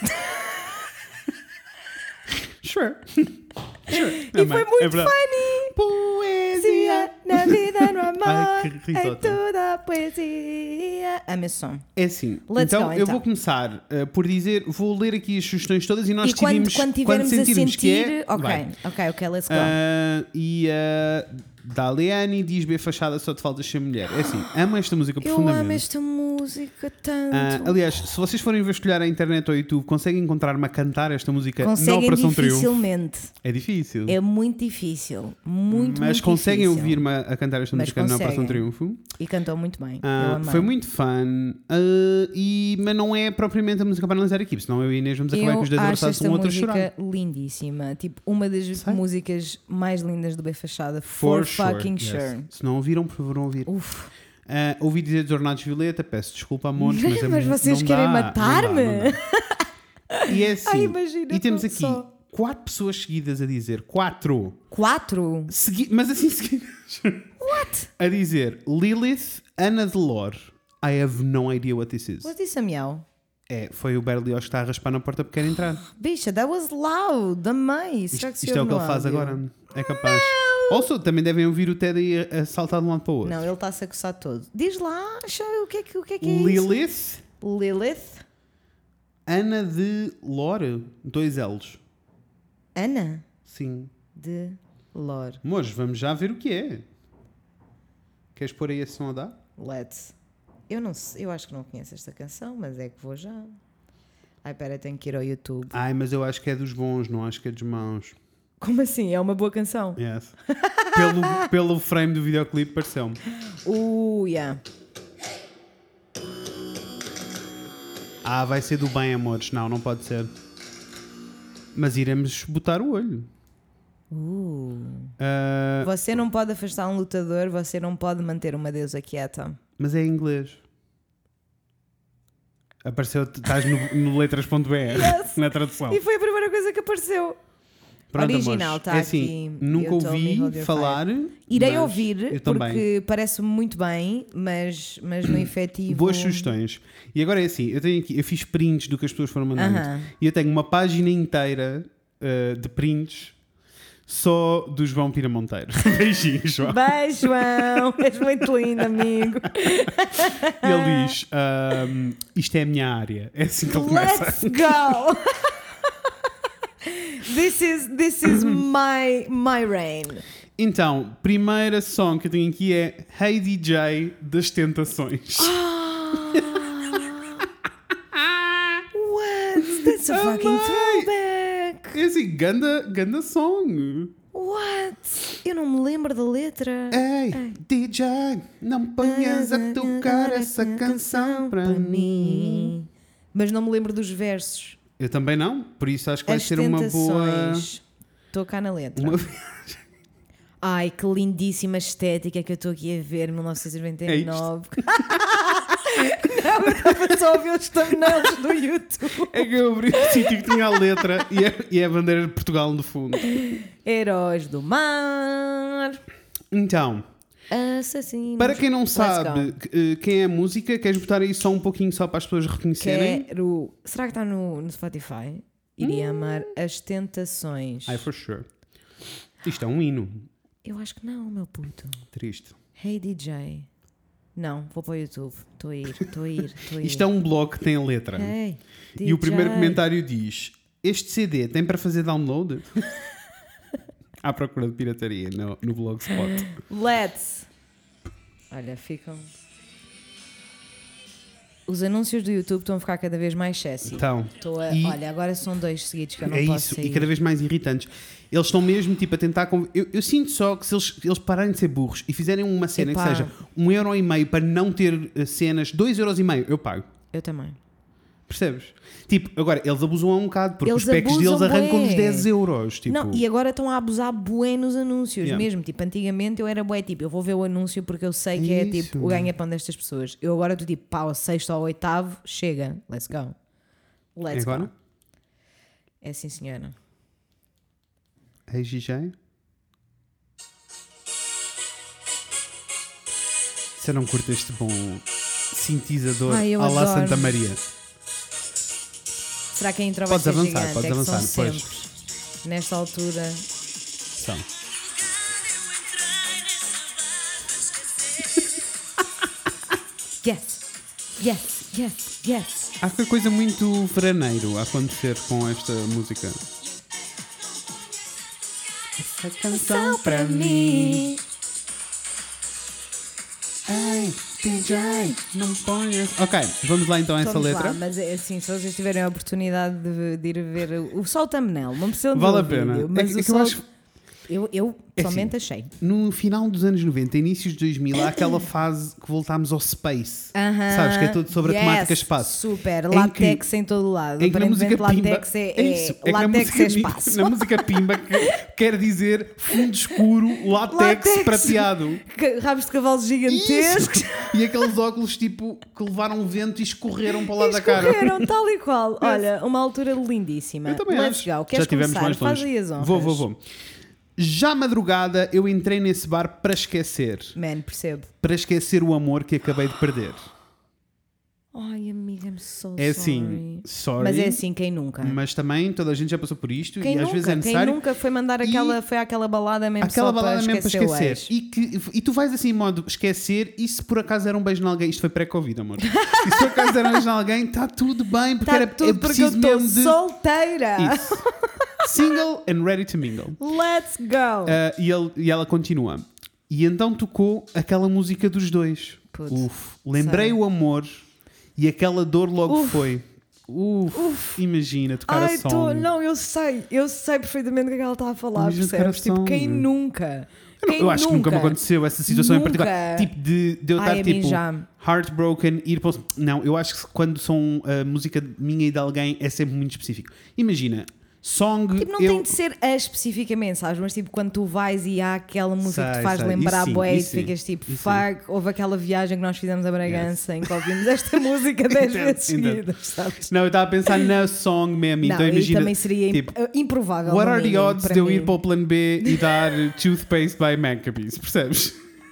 Sure. Sure. E foi muito funny! Poesia. Na vida, no amor, Ai, que é risota. toda a poesia. Amo esse som. É assim, Let's então go, eu então. vou começar uh, por dizer, vou ler aqui as sugestões todas e nós E quando, decidimos quando tivermos a sentirmos sentir, que é, ok, vai. ok, ok, let's go. Uh, e uh, da Leane diz B fachada, só te faltas ser mulher. É assim, amo esta música Eu profundamente. amo esta música tanto. Uh, aliás, se vocês forem vasculhar a internet ou YouTube, conseguem encontrar-me a cantar esta música na Conseguem Operação Triunfo. dificilmente. É difícil. É muito difícil. Muito, mas muito conseguem difícil. ouvir-me a a cantar esta Mas música na Operação conseguem. Triunfo. E cantou muito bem. Ah, eu amei. foi muito fun, ah, e, mas não é propriamente a música para analisar aqui, senão eu e a Inês vamos acabar Eu com os dedos acho abraçados esta um outro a chorar. música lindíssima. Tipo, uma das Sei. músicas mais lindas do B Fachada. For, fucking yes. sure. Se não ouviram, por favor, vão ouvir. Uf. Ah, ouvi dizer dos Ornados Violeta, peço desculpa, amores, mas, é Mas muito- vocês não querem dá, não dá, matar-me? não dá. E é assim, Ai, imagina, e temos não aqui só. quatro pessoas seguidas a dizer, quatro, Quatro? segui mas assim seguidas, What? a dizer Lilith, Ana Delore. I have no idea what this is. What is a miau? É, foi o Berlioz que está a raspar na porta porque quer entrar. Bicha, that was loud. Amei. Isto, Será que se isto é o ouve que no ele faz áudio? agora. É capaz. Also, também devem ouvir o Teddy a, a saltar de um lado para o outro. Não, ele está-se a coçar todo. Diz lá, acha o que é que, o que, é, que é isso? Lilith, Lilith? Ana de Lore, dois L's. Ana Sim. de Lore. Moços, vamos já ver o que é. Queres pôr aí esse som a dar? Let's. Eu não sei, eu acho que não conheço esta canção, mas é que vou já. Ai, pera, tenho que ir ao YouTube. Ai, mas eu acho que é dos bons, não acho que é dos maus. Como assim? É uma boa canção? Yes. pelo, pelo frame do videoclipe pareceu-me. Uh, yeah. Ah, vai ser do bem, amores. Não, não pode ser. Mas iremos botar o olho. Uh. Ah, Você não pode afastar um lutador, você não pode manter uma deusa quieta. mas é em inglês. Apareceu, estás no, no letras ponto b r Yes. na tradução. E foi a primeira coisa que apareceu. Pronto, Original, amores. tá é assim, aqui. nunca You told me ouvi hold your falar. Irei mas ouvir, eu também. porque parece-me muito bem, mas, mas no efetivo... Boas sugestões. E agora é assim, eu tenho aqui, eu fiz prints do que as pessoas foram mandando. Aham. E eu tenho uma página inteira uh, de prints só do João Pira Monteiro. Beijinhos, João. Beijo, João. És muito lindo, amigo. E ele diz: um, isto é a minha área. É assim que ele começa. Let's go! This is, this is my, my reign. Então, primeira song que eu tenho aqui é Hey D J das Tentações. What? That's a fucking Amei. throwback. É assim, ganda, ganda song. What? Eu não me lembro da letra. Hey D J, não ponhas a tocar essa canção para mim. Mas não me lembro dos versos. Eu também não, por isso acho que vai As ser uma boa. tentações. Estou cá na letra. Uma... Ai, que lindíssima estética que eu estou aqui a ver em mil novecentos e noventa e nove. Não, eu estava só a ver os thumbnails do YouTube. É que eu abri o sítio que tinha a letra e a, e a bandeira de Portugal no fundo. Heróis do mar. Então, Assassinos. para quem não Let's sabe go. eh, quem é a música, queres botar aí só um pouquinho só para as pessoas reconhecerem? Quero. Será que está no, no Spotify? Iria amar As Tentações. I for sure. Isto é um hino. Eu acho que não, meu puto. Triste. Hey D J. Não, vou para o YouTube. Estou a ir, estou a ir, estou a ir. Isto é um blog que tem a letra. Hey, E o D J. primeiro comentário diz: este C D tem para fazer download? À procura de pirataria no, no Blogspot. Let's. Olha, ficam. Os anúncios do YouTube estão a ficar cada vez mais sexy. Então, Estou a, e- olha, agora são dois seguidos que eu não é posso isso, sair. e cada vez mais irritantes. Eles estão mesmo tipo a tentar. conv- Eu, eu sinto só que se eles, eles pararem de ser burros e fizerem uma cena Epá. que seja um euro e meio para não ter eh, cenas, dois euros e meio, eu pago. Eu também. Percebes? Tipo, agora, eles abusam um bocado, porque Eles os packs abusam deles arrancam-nos bué. dez euros. Tipo, Não, e agora estão a abusar bué nos anúncios Yeah. mesmo. Tipo, antigamente eu era bué, tipo, eu vou ver o anúncio porque eu sei que é Isso. tipo o ganha-pão destas pessoas. Eu agora estou tipo, pá, ao sexto ou ao oitavo, chega, let's go. Let's agora? go. É sim, senhora. Hey, G J? Se eu não curto este bom sintetizador Ai, eu à la adoro. Santa Maria. Será que a intro Podes vai ser avançar, gigante? podes é que avançar, são pois. sempre, nesta altura. São. Yes, yes, yes, yes. Há qualquer coisa muito veraneiro a acontecer com esta música. Essa canção para mim. Ai, D J, não ponhas. Ok, vamos lá então a essa Vamos letra. lá, mas é assim, se vocês tiverem a oportunidade de, de ir ver o, só o thumbnail, não precisam de Vale ver a o pena. vídeo, É mas que- o é que eu só- acho- eu, eu É somente assim, achei. No final dos anos noventa, inícios de dois mil, há aquela fase que voltámos ao space. Aham. Sabes, que é tudo sobre a Yes, temática espaço. Super, Em látex que- em todo lado. Em que na música Aparentemente Pimba. látex é, é, isso, é que na látex música, é espaço. Na música Pimba que quer dizer fundo escuro, látex, Látex. prateado. Que- Rabos de cavalos gigantescos. Isso. E aqueles óculos tipo que levaram vento e escorreram para o lado da cara. Escorreram tal e qual. Olha, uma altura lindíssima. Eu também Let's acho. go. Já Queres estivemos começar? mais Faz longe. aí as honras. Vou, vou, vou. Já madrugada eu entrei nesse bar para esquecer. Man, percebo. Para esquecer o amor que acabei de perder. Ai, amiga, I'm so É sorry. assim, sorry. Mas é assim, quem nunca? Mas também toda a gente já passou por isto Quem e às nunca? vezes é Quem necessário. nunca foi mandar E- aquela, foi àquela balada mesmo Aquela só balada para mesmo para esquecer o esquecer. ex? E, que, e tu vais assim em modo esquecer e se por acaso era um beijo em alguém, isto foi pré-Covid, amor. E se por acaso era um beijo em alguém, está tudo bem, porque Tá era, tudo é porque eu preciso estou mesmo de. solteira. Isso. Single and ready to mingle. Let's go. Uh, e, ele, e ela continua. E então tocou aquela música dos dois. Putz, Uf, lembrei sei. o amor e aquela dor logo Uf. foi. Uf, imagina tocar Ai, a song. tô, não, eu sei, eu sei perfeitamente o que é que ela está a falar, Imagina tocar percebes? a Tipo, song. quem nunca? Eu, não- Quem eu acho que nunca me nunca? aconteceu essa situação Nunca. em particular. Tipo, de, de eu Ai, estar a mim tipo já. heartbroken, ir para o... Não, eu acho que quando são a música minha e de alguém é sempre muito específico. Imagina, song. Tipo, não eu... tem de ser a especificamente, sabes? Mas tipo, quando tu vais e há aquela música que Sei, te faz sei. lembrar Isso sim, bué e isso tu ficas sim, tipo, isso fuck, houve aquela viagem que nós fizemos a Bragança em que ouvimos esta música dez Entendo, vezes entendo. seguidas, sabes? Não, eu estava a pensar na song mesmo. Não, então e imagina. também seria imp- tipo, improvável. What no are the mínimo, odds para de eu mim. ir para o plano B e dar Toothpaste by Maccabees? Percebes?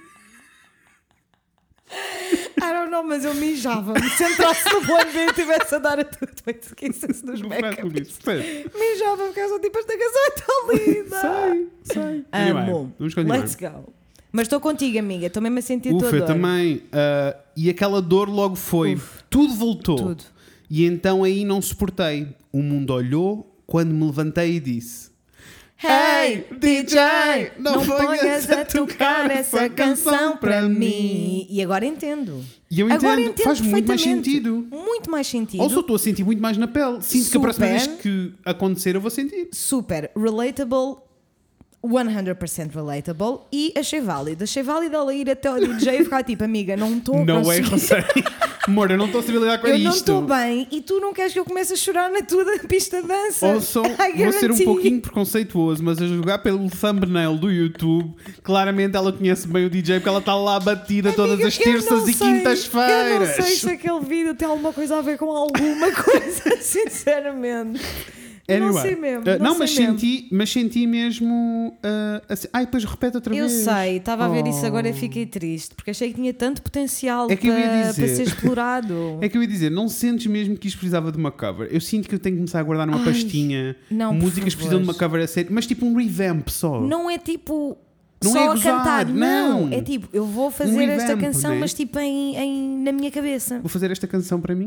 I don't know, mas eu mijava-me. Se entrasse no plano B e estivesse a dar a tudo, bem, esquecesse dos Maccabees. Percebes? Mijava porque eu sou tipo, esta canção é tão linda. Sei, sei. Anyway, Amo. vamos continuar. Let's go. Mas estou contigo, amiga. Estou mesmo a sentir a tua Ufa, eu dor. também. ah, e aquela dor logo foi. Uf. Tudo voltou. Tudo. E então aí não suportei. O mundo olhou quando me levantei e disse: Hey, D J, não, ponhas a tocar essa canção para mim. E agora entendo. E eu Agora entendo, entendo faz muito mais perfeitamente. sentido. Muito mais sentido. Ou só estou a sentir muito mais na pele. Sinto que a próxima Super. vez que acontecer eu vou sentir. Super relatable, cem por cento relatable, e achei válido. Achei válido ela ir até ao D J e ficar tipo, amiga, não estou a Não é, conseguir. Rosé. Amor, eu não estou a saber lidar com Eu isto. não estou bem e tu não queres que eu comece a chorar na tua pista de dança. Ou só, I vou ser um guarantee. pouquinho preconceituoso, mas a jogar pelo thumbnail do YouTube, claramente ela conhece bem o D J porque ela está lá batida todas Amiga, as eu não terças e sei- Eu não quintas-feiras. sei se aquele vídeo tem alguma coisa a ver com alguma coisa, sinceramente. Eu não Anyway, sei mesmo. uh, não não, mas, sei mesmo. senti, mas senti mesmo. Uh, assim, ai, depois repete outra Eu vez. sei, estava a ver isso Oh. agora e fiquei triste, porque achei que tinha tanto potencial É que eu ia para, dizer. para ser explorado. É que eu ia dizer, não sentes mesmo que isto precisava de uma cover? Eu sinto que eu tenho que começar a guardar numa Ai, pastinha. não, por Músicas favor. precisam de uma cover a sério, mas tipo um revamp só. Não é tipo Não só é a gozar, cantar, não. não. É tipo, eu vou fazer esta revamp, canção, né? mas tipo em, em- na minha cabeça. Vou fazer esta canção para mim.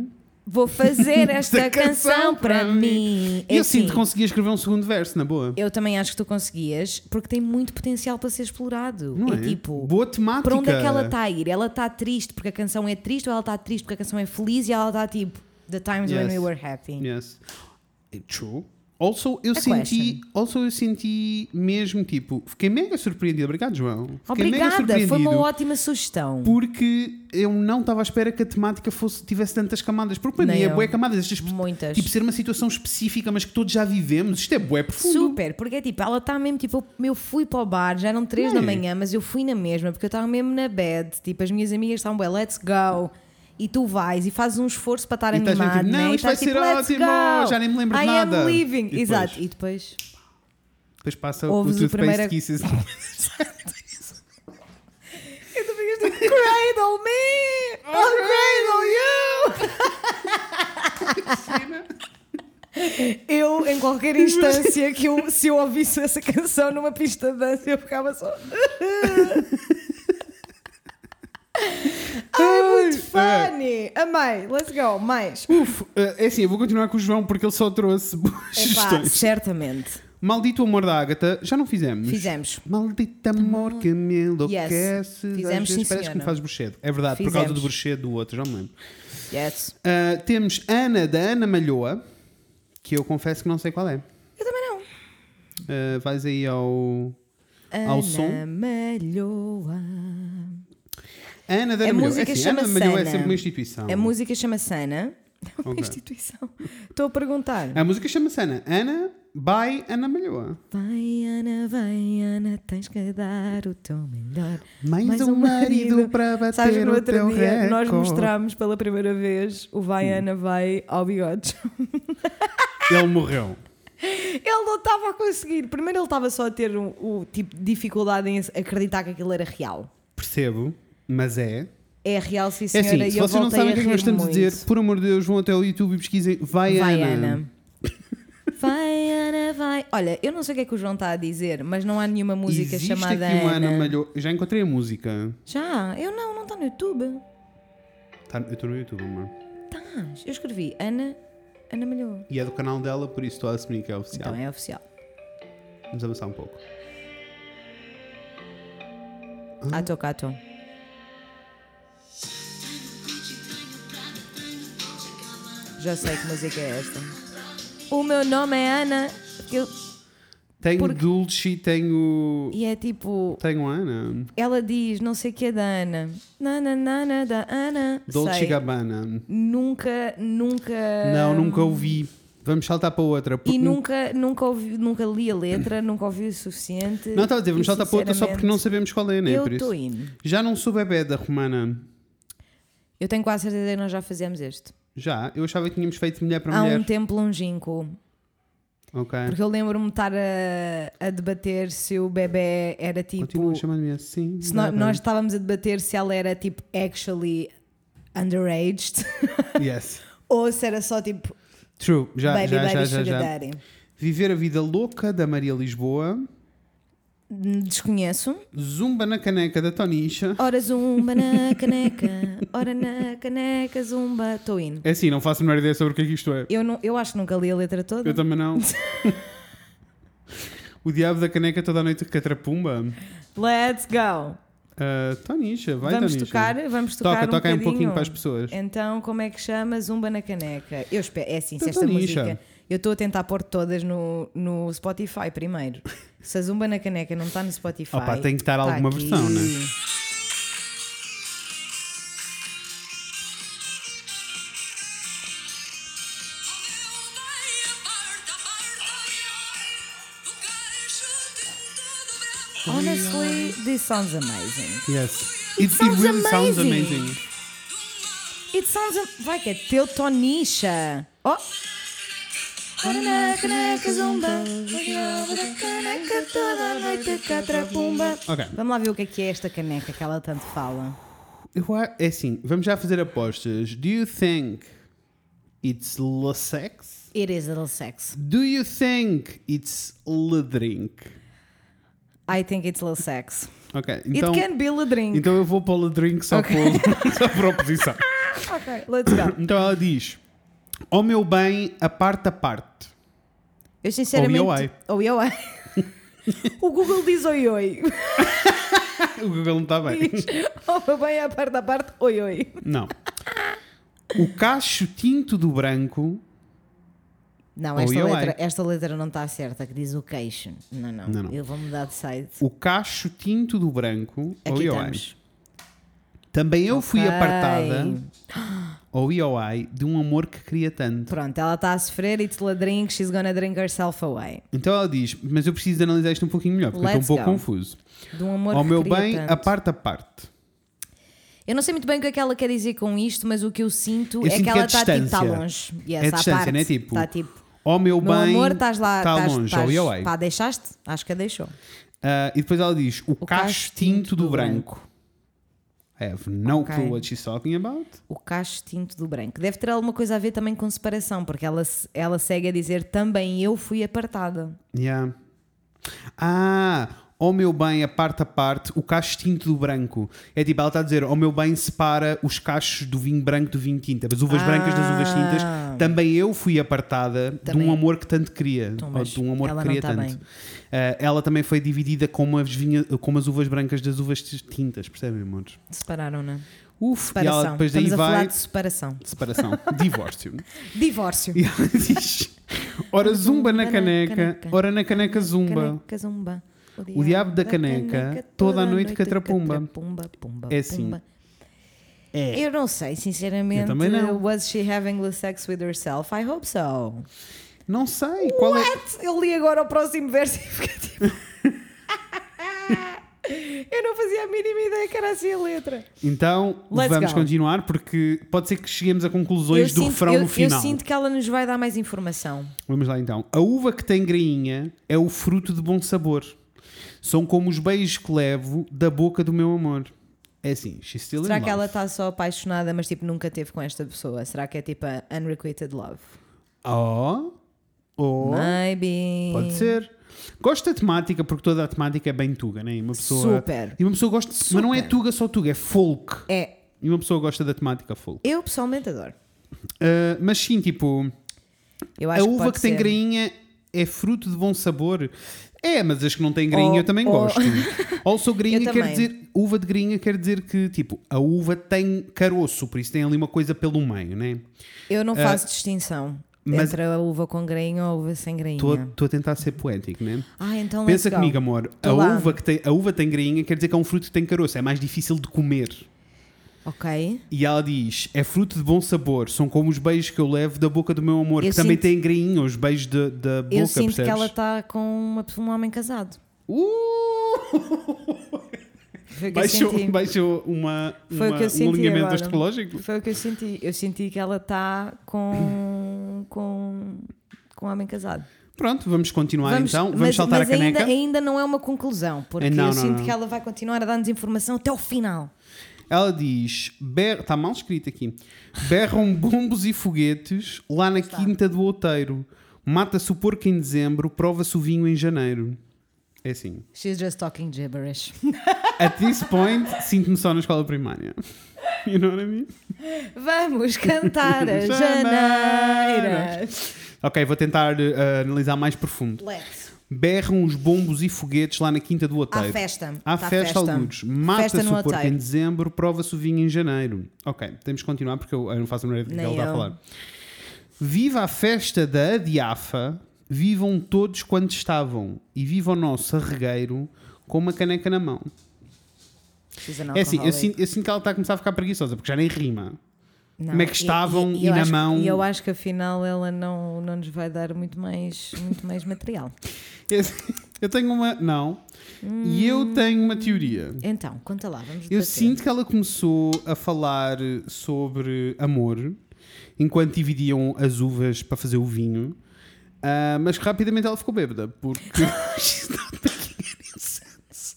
Vou fazer esta Esta canção, canção para para mim. E É eu sinto assim, que conseguia escrever um segundo verso, na boa. eu também acho que tu conseguias, porque tem muito potencial para ser explorado. Não é? tipo, Boa temática. para onde é que ela está a ir? Ela está triste porque a canção é triste, ou ela está triste porque a canção é feliz, e ela está tipo, The times when Yes. we were happy. Yes. True. Also, eu A senti, also, eu senti mesmo, tipo, fiquei mega surpreendido. Obrigado, João. Fiquei mega Obrigada, surpreendido foi uma ótima sugestão. porque eu não estava à espera que a temática fosse, tivesse tantas camadas. Porque para Nem mim é eu. bué camadas. Estas, Muitas. tipo, ser uma situação específica, mas que todos já vivemos. Isto é bué profundo. Super, porque é tipo, ela está mesmo tipo, eu fui para o bar, já eram três Não da é? manhã, mas eu fui na mesma, porque eu estava mesmo na bed, tipo, as minhas amigas estavam, bem, let's go. E tu vais e fazes um esforço para estar E estás animado, mesmo tipo, né? não, E isto vai estás ser tipo, let's ótimo, go. já nem me lembro de I nada. am leaving. E depois? Exato, e depois Depois passa Ouves o o Toothpaste primeiro- Kisses. e tu ficas tipo, cradle me, I'll cradle you. Eu, em qualquer instância que eu, se eu ouvisse essa canção numa pista de dança, eu ficava só. Ai, muito funny! Amei, let's go, mais. Uf, é assim, eu vou continuar com o João porque ele só trouxe boas Epá, sugestões. certamente. Maldito Amor da Ágata, já não fizemos? Fizemos. Maldito amor que me enlouquece. Fizemos, Às vezes sim, parece que senhora. me faz bruxedo. É verdade, por causa Fizemos. do bruxedo do outro, já me lembro. Yes. Ah, temos Ana, da Ana Malhoa, que eu confesso que não sei qual é. Eu também não. Ah, vais aí ao, ao Ana som. Malhoa. Ana da A Ana Malhoa. música É assim, Ana chama-se Malhoa é Ana. sempre uma instituição. A música chama-se Ana. É uma Ok. instituição. Estou a perguntar. A música chama-se Ana. Ana by Ana Malhoa. Vai, Ana, vai, Ana, tens que dar o teu melhor. Mais um marido para bater Sabes que no o outro teu dia nós recorde. mostramos pela primeira vez o Vai, Ana, vai ao bigodes. Ele morreu. Ele não estava a conseguir. Primeiro ele estava só a ter o, o tipo de dificuldade em acreditar que aquilo era real. Percebo, mas é. É real, sim É senhora, assim, e se eu vocês não voltei sabem a o que é que nós rir estamos a dizer, muito. por amor de Deus, vão até ao YouTube e pesquisem Vai, Vai, Ana. Ana. Vai, Ana, vai. Olha, eu não sei o que é que o João está a dizer, mas não há nenhuma música Existe chamada aqui uma Ana. Ana Malhoa. Já encontrei a música. Já? Eu não, não está no YouTube. Tá, eu estou no YouTube, amor. Estás? Eu escrevi Ana, Ana Malhoa. E é do canal dela, por isso estou a assumir que é oficial. Então é oficial. Vamos avançar um pouco. Ah, estou cá, estou. Já sei que música é esta. O meu nome é Ana. Eu... Tenho Porque- Dulce, tenho. E é tipo, Tenho Ana. ela diz não sei o que é da Ana. Nananana da Ana. Dolce Sei. Gabbana. Nunca, nunca. Não, nunca ouvi. Vamos saltar para outra. porque E nu- nunca, nunca, ouvi, nunca li a letra, nunca ouvi o suficiente. Não, estava a dizer, vamos E, saltar para outra só porque não sinceramente, sabemos qual é, né? Eu Por isso. estou indo. Já não sou bebé da Romana. Eu tenho quase certeza que nós já fizemos este. Já? Eu achava que tínhamos feito mulher para Há mulher. um tempo longínquo. Ok. Porque eu lembro-me de estar a, a debater se o bebê era tipo. Continua chamando-me assim. Se nó- bebé. nós estávamos a debater se ela era tipo actually underaged Yes. ou se era só tipo True. Já, baby, já, baby, já, já, sugar já. daddy. Viver a vida louca da Maria Lisboa. Desconheço. Zumba na caneca da Tonisha. Ora zumba na caneca, ora na caneca, zumba. Estou indo. É assim, não faço a menor ideia sobre o que é que isto é. Eu, não, eu acho que nunca li a letra toda. Eu também não. O diabo da caneca toda a noite com catrapumba. Let's go. Uh, Tonisha, vai vamos Tonisha. tocar, vamos tocar Toca, um toca aí um bocadinho. pouquinho para as pessoas. Então, como é que chama Zumba na caneca? Eu espero, é assim, se Então, esta Tonisha. música. Eu estou a tentar pôr todas no, no Spotify primeiro. Se a Zumba na caneca não está no Spotify. Opa, tem que estar tá alguma aqui. versão, né? Honestly, this sounds amazing. Yes. It, it, sounds really sounds amazing. amazing. It sounds. am- Vai que é teu Tonisha. Oh! Ora na caneca zumba, ora na caneca toda a noite catrapumba. Ok. Vamos lá ver o que é que é esta caneca que ela tanto fala. Eu a- É assim, vamos já fazer apostas. Do you think it's le sex? It is a little sex. Do you think it's le drink? I think it's a little sex. Ok, então, It can be a drink. então eu vou para o le drink só, Ok. para, só para a oposição. Ok, let's go. Então ela diz: Ao meu bem, a parte a parte. Eu sinceramente... Oi, oi. Oi, oi. O Google diz oi, oi. O Google não está bem. Diz, ao meu bem, a parte a parte, oi, oi. Não. O cacho tinto do branco... Não, esta, Oi, oi. letra, esta letra não está certa, que diz o queixo. Não, não, Não, não. Eu vou mudar de site. O cacho tinto do branco... Aqui oi, oi. estamos. Também eu fui Ok. apartada... Oi, oi, de um amor que queria tanto. Pronto, ela está a sofrer, it's a drink, she's gonna drink herself away. Então ela diz, mas eu preciso de analisar isto um pouquinho melhor, porque eu Let's estou um pouco go. confuso. De um amor Ao que meu queria bem, tanto. a parte a parte. Eu não sei muito bem o que é que ela quer dizer com isto, mas o que eu sinto Eu é sinto que que é ela está tipo, está distância. longe. Yes, É à distância, parte. não é? Tipo, Está tipo, Ao meu meu bem, amor, estás lá, está estás, longe. estás, Oi, oi. pá, deixaste? Acho que a deixou. Ah, e depois ela diz, o, cacho tinto do, do branco. I have no Ok. clue what she's talking about. O cacho tinto do branco. Deve ter alguma coisa a ver também com separação, porque ela, ela segue a dizer também eu fui apartada. Yeah. Ah, ao meu bem, a parte a parte, o cacho tinto do branco. É tipo, ela está a dizer, ao meu bem separa os cachos do vinho branco do vinho tinta. As uvas Ah. brancas das uvas tintas. Também eu fui apartada Também. de um amor que tanto queria. Então, ou mas de um amor ela que não queria está tanto. bem. Ah, ela também foi dividida como as, vinha, como as uvas brancas das uvas tintas. Percebem, amores? Separaram, não é? Uf, e ela Separação. depois daí Estamos a falar vai... de separação. Separação. Divórcio. Divórcio. E ela diz, ora zumba na caneca, ora na caneca zumba. Caneca zumba. O diabo da caneca, toda a noite catrapumba. Pumba, pumba, É assim. pumba. É. Eu não sei, sinceramente. Eu também não. Was she having sex with herself? I hope so. Não sei. Qual é... What? Eu li agora o próximo verso e fiquei tipo. Eu não fazia a mínima ideia que era assim a letra. Então, Let's vamos go. continuar, porque pode ser que cheguemos a conclusões Eu do sinto, refrão eu, no final. eu sinto que ela nos vai dar mais informação. Vamos lá então. A uva que tem grainha é o fruto de bom sabor. São como os beijos que levo da boca do meu amor. É assim, she's still Será in que ela love. está só apaixonada, mas tipo nunca teve com esta pessoa? Será que é tipo a unrequited love? Oh, oh, Maybe. pode ser. Gosto da temática, porque toda a temática é bem tuga, né? E uma pessoa, Super. E uma pessoa gosta, mas não é Super. tuga só tuga, é folk. É. E uma pessoa gosta da temática folk. Eu pessoalmente adoro. Uh, mas sim, tipo, Eu acho a uva pode que tem ser. grainha é fruto de bom sabor. É, mas as que não têm grainha Oh, eu também oh. gosto. Also, grainha Eu quer também. dizer, uva de grainha quer dizer que, tipo, a uva tem caroço, por isso tem ali uma coisa pelo meio, né? Eu não faço distinção mas- entre a uva com grainha ou a uva sem grainha. Estou a tentar ser poético, né? Ah, então Pensa let's go. comigo, amor. A Tô lá. uva, que tem, a uva tem grainha quer dizer que é um fruto que tem caroço, é mais difícil de comer. Ok. E ela diz, é fruto de bom sabor, são como os beijos que eu levo da boca do meu amor, Eu que também sinto- têm grainha, os beijos da, da boca, Eu sinto percebes? que ela está com uma, um homem casado. Uh! Foi o que eu Baixou, senti. baixou uma, Foi o uma- que eu um senti alinhamento agora. astrológico. Foi o que eu senti. Eu senti que ela está com, com, com um homem casado. Pronto, vamos continuar então. Vamos mas, saltar mas a caneca. Ainda, ainda não é uma conclusão, porque Não, eu não, sinto não. que ela vai continuar a dar-nos informação até o final. Ela diz, ber... está mal escrito aqui, berram bombos e foguetes lá na quinta do outeiro. Mata-se o porco em dezembro, prova-se o vinho em janeiro. É assim. She's just talking gibberish. At this point, sinto-me só na escola primária. You know what I mean? Vamos cantar a Janeira. janeira. Ok, vou tentar uh, analisar mais profundo. Let's. Berram os bombos e foguetes lá na quinta do À outeiro. festa. Há À festa, algures. Mata-se Festa no o porco outeiro. em dezembro, prova-se o vinho em janeiro. Ok, temos que continuar porque eu, eu não faço a maneira de que Nem ela está a eu. falar. Viva a festa da Adiafa, vivam todos quanto estavam e viva o nosso arregueiro com uma caneca na mão. She's an É assim, eu alcoholic. sinto, eu sinto que ela está a começar a ficar preguiçosa porque já nem rima. Não, Como é que estavam e eu na acho- mão? E eu acho que afinal ela não, não nos vai dar muito mais, muito mais material. Eu, eu tenho uma. Não. E eu tenho uma teoria. Então, conta lá, vamos Eu debater. sinto que ela começou a falar sobre amor enquanto dividiam as uvas para fazer o vinho, ah, mas rapidamente ela ficou bêbada porque she's not making any sense.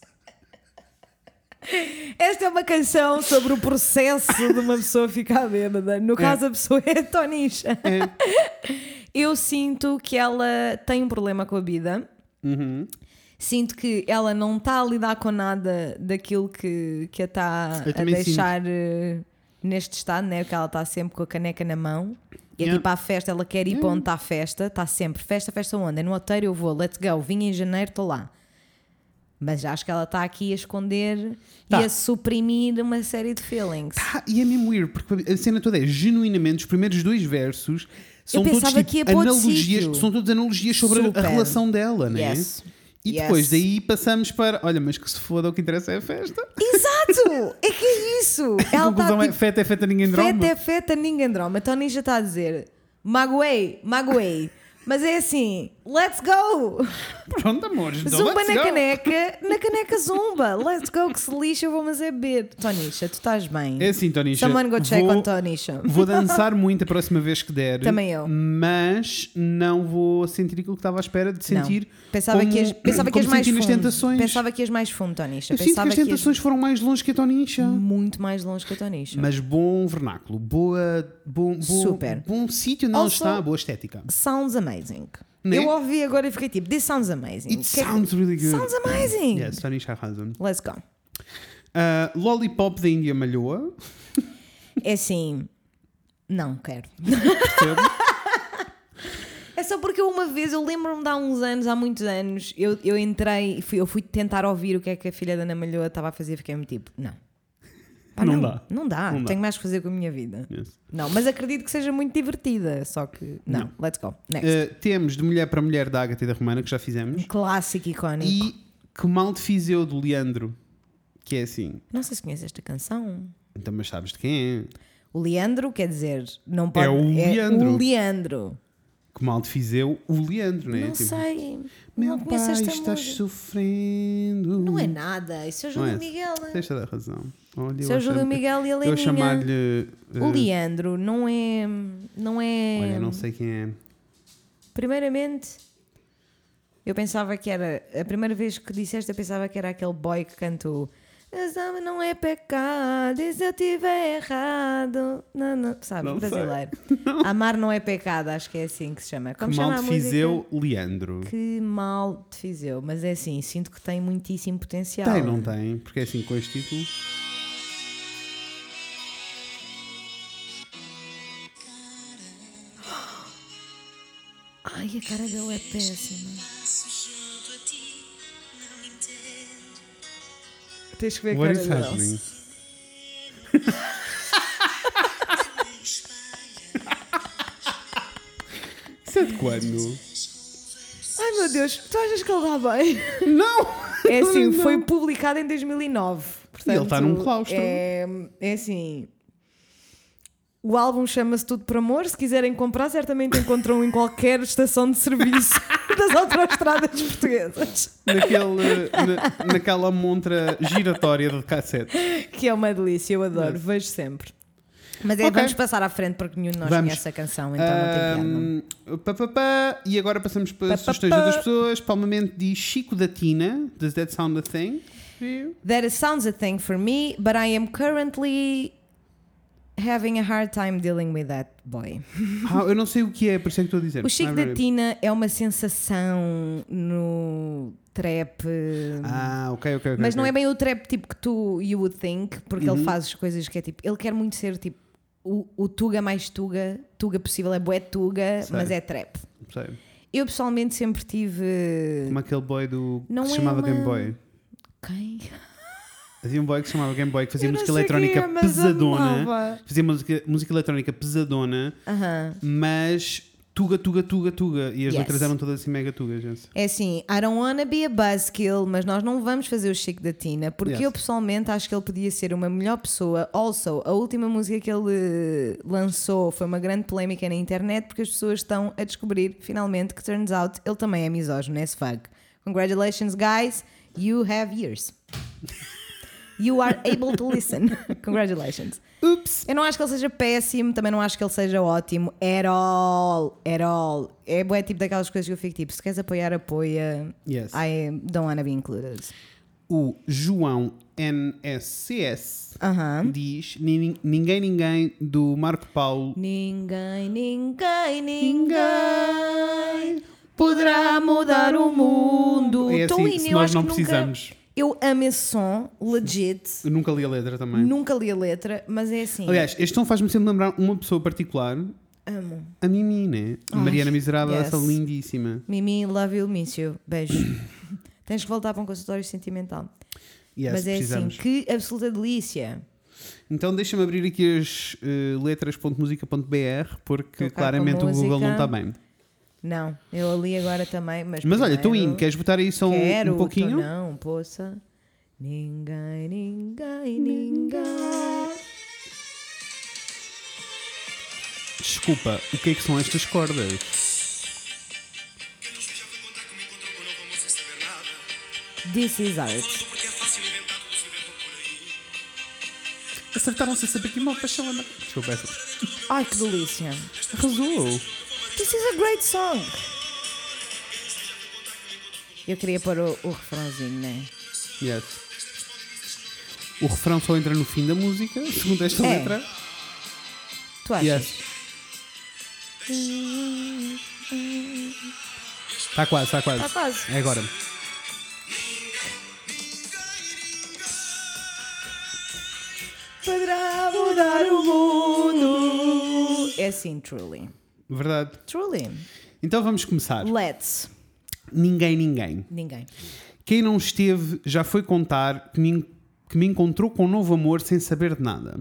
Esta é uma canção sobre o processo de uma pessoa ficar bêbada. No caso, a pessoa é Tonisha. É. Eu sinto que ela tem um problema com a vida. Uhum. Sinto que ela não está a lidar com nada daquilo que, que a está Eu a também deixar eh, neste estado, né? Que ela está sempre com a caneca na mão. E é Yeah. tipo à festa, ela quer ir para onde está a festa, está sempre festa, festa onde? É no hotel, eu vou, let's go, vim em janeiro, estou lá. Mas acho que ela está aqui a esconder Tá. e a suprimir uma série de feelings. Ah, e é mesmo weird, porque a cena toda é genuinamente os primeiros dois versos são Eu todos pensava tipo, que ia para outro analogias, sítio. são todas analogias sobre a- Super. a relação dela, não é? Yes. E Yes. depois daí passamos para, olha, mas que se foda, o que interessa é a festa. Exato! É que é isso! A Ela conclusão está é tipo, feta é feta, ninguém drama. feta é feta, ninguém drama. Tony já está a dizer, magoei, magoei. Mas é assim, let's go! Pronto, amores, então Zumba let's na go. caneca, na caneca zumba. Let's go, que se lixa, eu vou mas é beber. Tonisha, tu estás bem. É assim, Tonisha, Someone go check vou- on Tonisha. Vou dançar muito a próxima vez que der. Também eu. Mas não vou sentir aquilo que estava à espera de sentir. Não. Pensava como, que ias, pensava que como ias mais senti nas fundo. tentações. Pensava que ias mais fundo, Tonisha. Eu sinto que Pensava as que ias tentações foram mais longe que a Tonisha. muito mais longe que a Tonisha. Mas bom vernáculo, boa, bom, boa, Super. bom sítio onde ela Also- está, boa estética. Sounds amazing. Né? Eu ouvi agora e fiquei tipo, this sounds amazing. It Que é que- sounds really good. Sounds amazing. Yes, Tonisha Razan. Let's go. Uh, Lollipop da Índia Malhoa. É assim, não quero. Percebe? É só porque eu uma vez, eu lembro-me de há uns anos, há muitos anos, eu, eu entrei, fui, eu fui tentar ouvir o que é que a filha da Ana Malhoa estava a fazer e fiquei-me tipo, não. Pá, Não dá. Não dá, Não dá. tenho mais que fazer com a minha vida. Yes. Não, mas acredito que seja muito divertida, só que não, Não. let's go. Next. Uh, temos de Mulher para Mulher da Ágata e da Romana, que já fizemos. Um clássico icónico. E Que Mal Te Fiz Eu, do Leandro. Que é assim. Não sei se conheces esta canção. Então, mas sabes de quem é? O Leandro, quer dizer, não pode. É o Leandro. o Leandro. Que Mal Te Fiz Eu, o Leandro, não é? Não Tipo, sei. Meu não conheço pai, esta estás música. sofrendo. Não é nada. Isso é o Não Júlio é? Miguel. Deixa dar razão. Olha, Isso é eu o Júlio achava- Miguel e a Eu a Leninha. chamar-lhe. uh, O Leandro não é. Não é. Olha, não sei quem é. Primeiramente, eu pensava que era. A primeira vez que disseste, eu pensava que era aquele boy que cantou. Exame não é pecado, e se eu tiver errado. Não, não, sabe, Não sei. brasileiro. Amar não é pecado, acho que é assim que se chama. Como Que chama Mal a Te Fiz música? Eu, Leandro. Que mal te fiz eu. Mas é assim, sinto que tem muitíssimo potencial. Tem, não tem? Porque é assim com este título. Ai, a cara dele é péssima. Tens que ver a What cara is dele. happening? Isso é de quando? Ai meu Deus, tu achas que ele dá bem? Não! É assim, Não. foi publicado em dois mil e nove. Portanto, E ele está num claustro. É, é assim. O álbum chama-se Tudo por Amor. Se quiserem comprar, certamente encontram em qualquer estação de serviço das autoestradas portuguesas. Naquele, na, naquela montra giratória de cassete. Que é uma delícia, eu adoro, vejo sempre. Mas é, Ok. vamos passar à frente porque nenhum de nós Vamos. conhece a canção, então não tem piada. Ahm, pá, pá, pá. E agora passamos para Pá, as pá, sugestões pá. de outras pessoas. Palmamente diz Chico da Tina. Does that sound a thing? That sounds a thing for me, but I am currently having a hard time dealing with that boy. Ah, eu não sei o que é, por isso é que estou a dizer. O Chico Não é da verdade. Tina é uma sensação no trap. Ah, ok, ok, ok. Mas não ok. é bem o trap tipo que tu you would think, porque Uhum. ele faz as coisas que é tipo. Ele quer muito ser tipo o, o Tuga mais Tuga. Tuga possível é bué Tuga, Sei. mas é trap. Sei. Eu pessoalmente sempre tive. Como aquele boy do Não que se é chamava uma- Game Boy. Quem? Havia um boy que se chamava Game Boy que fazia Eu não música sei quem eletrónica é, mas pesadona. amava. Fazia música, música eletrónica pesadona, Aham. mas tuga, tuga, tuga, tuga. E as Yes. letras eram todas assim mega tugas. gente. É assim, I don't wanna be a buzzkill, mas nós não vamos fazer o Chico da Tina, porque Yes. eu pessoalmente acho que ele podia ser uma melhor pessoa. Also, a última música que ele lançou foi uma grande polémica na internet, porque as pessoas estão a descobrir, finalmente, que turns out ele também é misógino, as fuck. Congratulations, guys, you have ears. You are able to listen. Congratulations. Ups! Eu não acho que ele seja péssimo, também não acho que ele seja ótimo. At all. At all. É bué tipo daquelas coisas que eu fico tipo, se queres apoiar, apoia. Yes. I don't wanna be included. O João N S C S Aham. diz "Nin- Ninguém Ninguém do Marco Paulo Ninguém, ninguém, ninguém poderá mudar o mundo. É assim, Tô indo, se eu nós acho não que nunca- precisamos. Eu amo esse som, legit. Eu nunca li a letra também. Nunca li a letra, mas é assim. Aliás, este som faz-me sempre lembrar uma pessoa particular Amo. A Mimi, né? A Ai, Mariana Miserável, yes. essa lindíssima. Mimi, love you, miss you. Beijo. Tens que voltar para um consultório sentimental. Yes, Mas é precisamos. assim, que absoluta delícia. Então deixa-me abrir aqui as uh, letras ponto música ponto b r porque Tocar com claramente o Google música. não está bem. Não, eu ali agora também, mas Mas olha, estou primeiro- indo. Queres botar aí só um, Quero, um pouquinho? tô não, poça. Ninguém, ninguém, ninguém. Desculpa, o que é que são estas cordas? This is art. Acertaram-se a saber que uma paixão anda. Desculpa, essa. Ai, que delícia. Arrasou. This is a great song. Eu queria pôr o, o refrãozinho, né? Yes. O refrão só entra no fim da música, segundo esta É. letra. Tu achas? Yes. Está quase, está quase. Tá quase. É agora. Poderá mudar o mundo. É assim, truly. Verdade. Truly. Então vamos começar. Let's. Ninguém, ninguém. Ninguém. Quem não esteve já foi contar que me, que me encontrou com um novo amor sem saber de nada.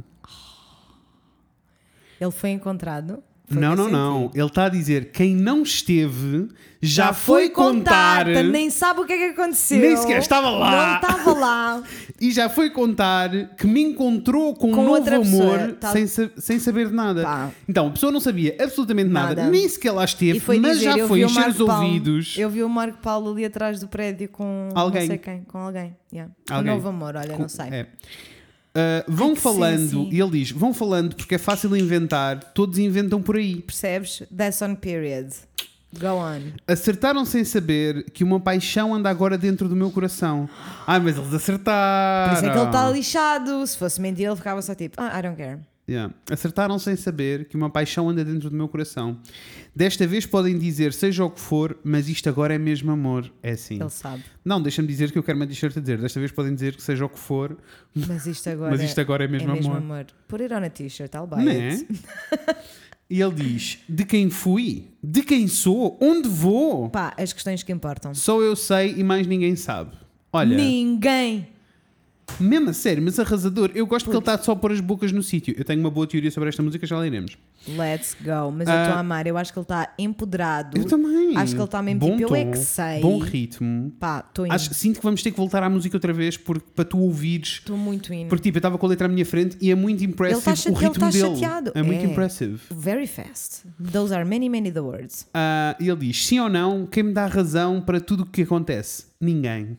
Ele foi encontrado? Foi Não, nesse não, não. sentido. Ele está a dizer quem não esteve já, foi contar, Portanto, nem sabe o que é que aconteceu. Nem sequer estava lá. Não estava lá. e já foi contar que me encontrou com, Com um novo outra pessoa, amor tá- sem, sa- sem saber de nada. Pá. Então, a pessoa não sabia absolutamente nada, Nada. nem sequer lá esteve, E foi mas dizer, já eu foi vi o encher os Marco Paulo- ouvidos. Eu vi o Marco Paulo ali atrás do prédio com Alguém. não sei quem, com alguém. Yeah. Alguém. Um novo amor, olha, Com- não sei. é. Uh, vão Ai, que falando, sexy. e ele diz: vão falando porque é fácil inventar, todos inventam por aí. Percebes? That's on period. Go on. Acertaram sem saber que uma paixão anda agora dentro do meu coração. Ai, mas eles acertaram. Por isso é que ele está lixado. Se fosse mentira, ele ficava só tipo, ah, I don't care. Yeah. Acertaram sem saber que uma paixão anda dentro do meu coração. Desta vez podem dizer seja o que for, mas isto agora é mesmo amor. É assim. Ele sabe. Não, deixa-me dizer que eu quero uma t-shirt a dizer. Desta vez podem dizer que seja o que for, Mas isto agora, mas isto agora é mesmo, é mesmo amor. amor. Put it on a t-shirt, I'll buy Não it. é? E ele diz: de quem fui? De quem sou? Onde vou? Pá, as questões que importam. Só eu sei e mais ninguém sabe. Olha, Ninguém. mesmo a sério, mas arrasador. Eu gosto porque ele está só a pôr as bocas no sítio. Eu tenho uma boa teoria sobre esta música, já lá iremos. Let's go. Mas eu estou a amar. Eu acho que ele está empoderado. Eu também. Acho que ele está mesmo Bom tipo, eu é tom, que sei. Bom ritmo. Pá, estou indo. Acho, sinto que vamos ter que voltar à música outra vez porque, para tu ouvires. Estou muito indo. Porque tipo, eu estava com a letra à minha frente e é muito impressive Ele tá chate- o ritmo ele tá dele. chateado. É muito É. impressive. Very fast. Those are many, many the words. Ah, e ele diz: sim ou não, quem me dá razão para tudo o que acontece? Ninguém.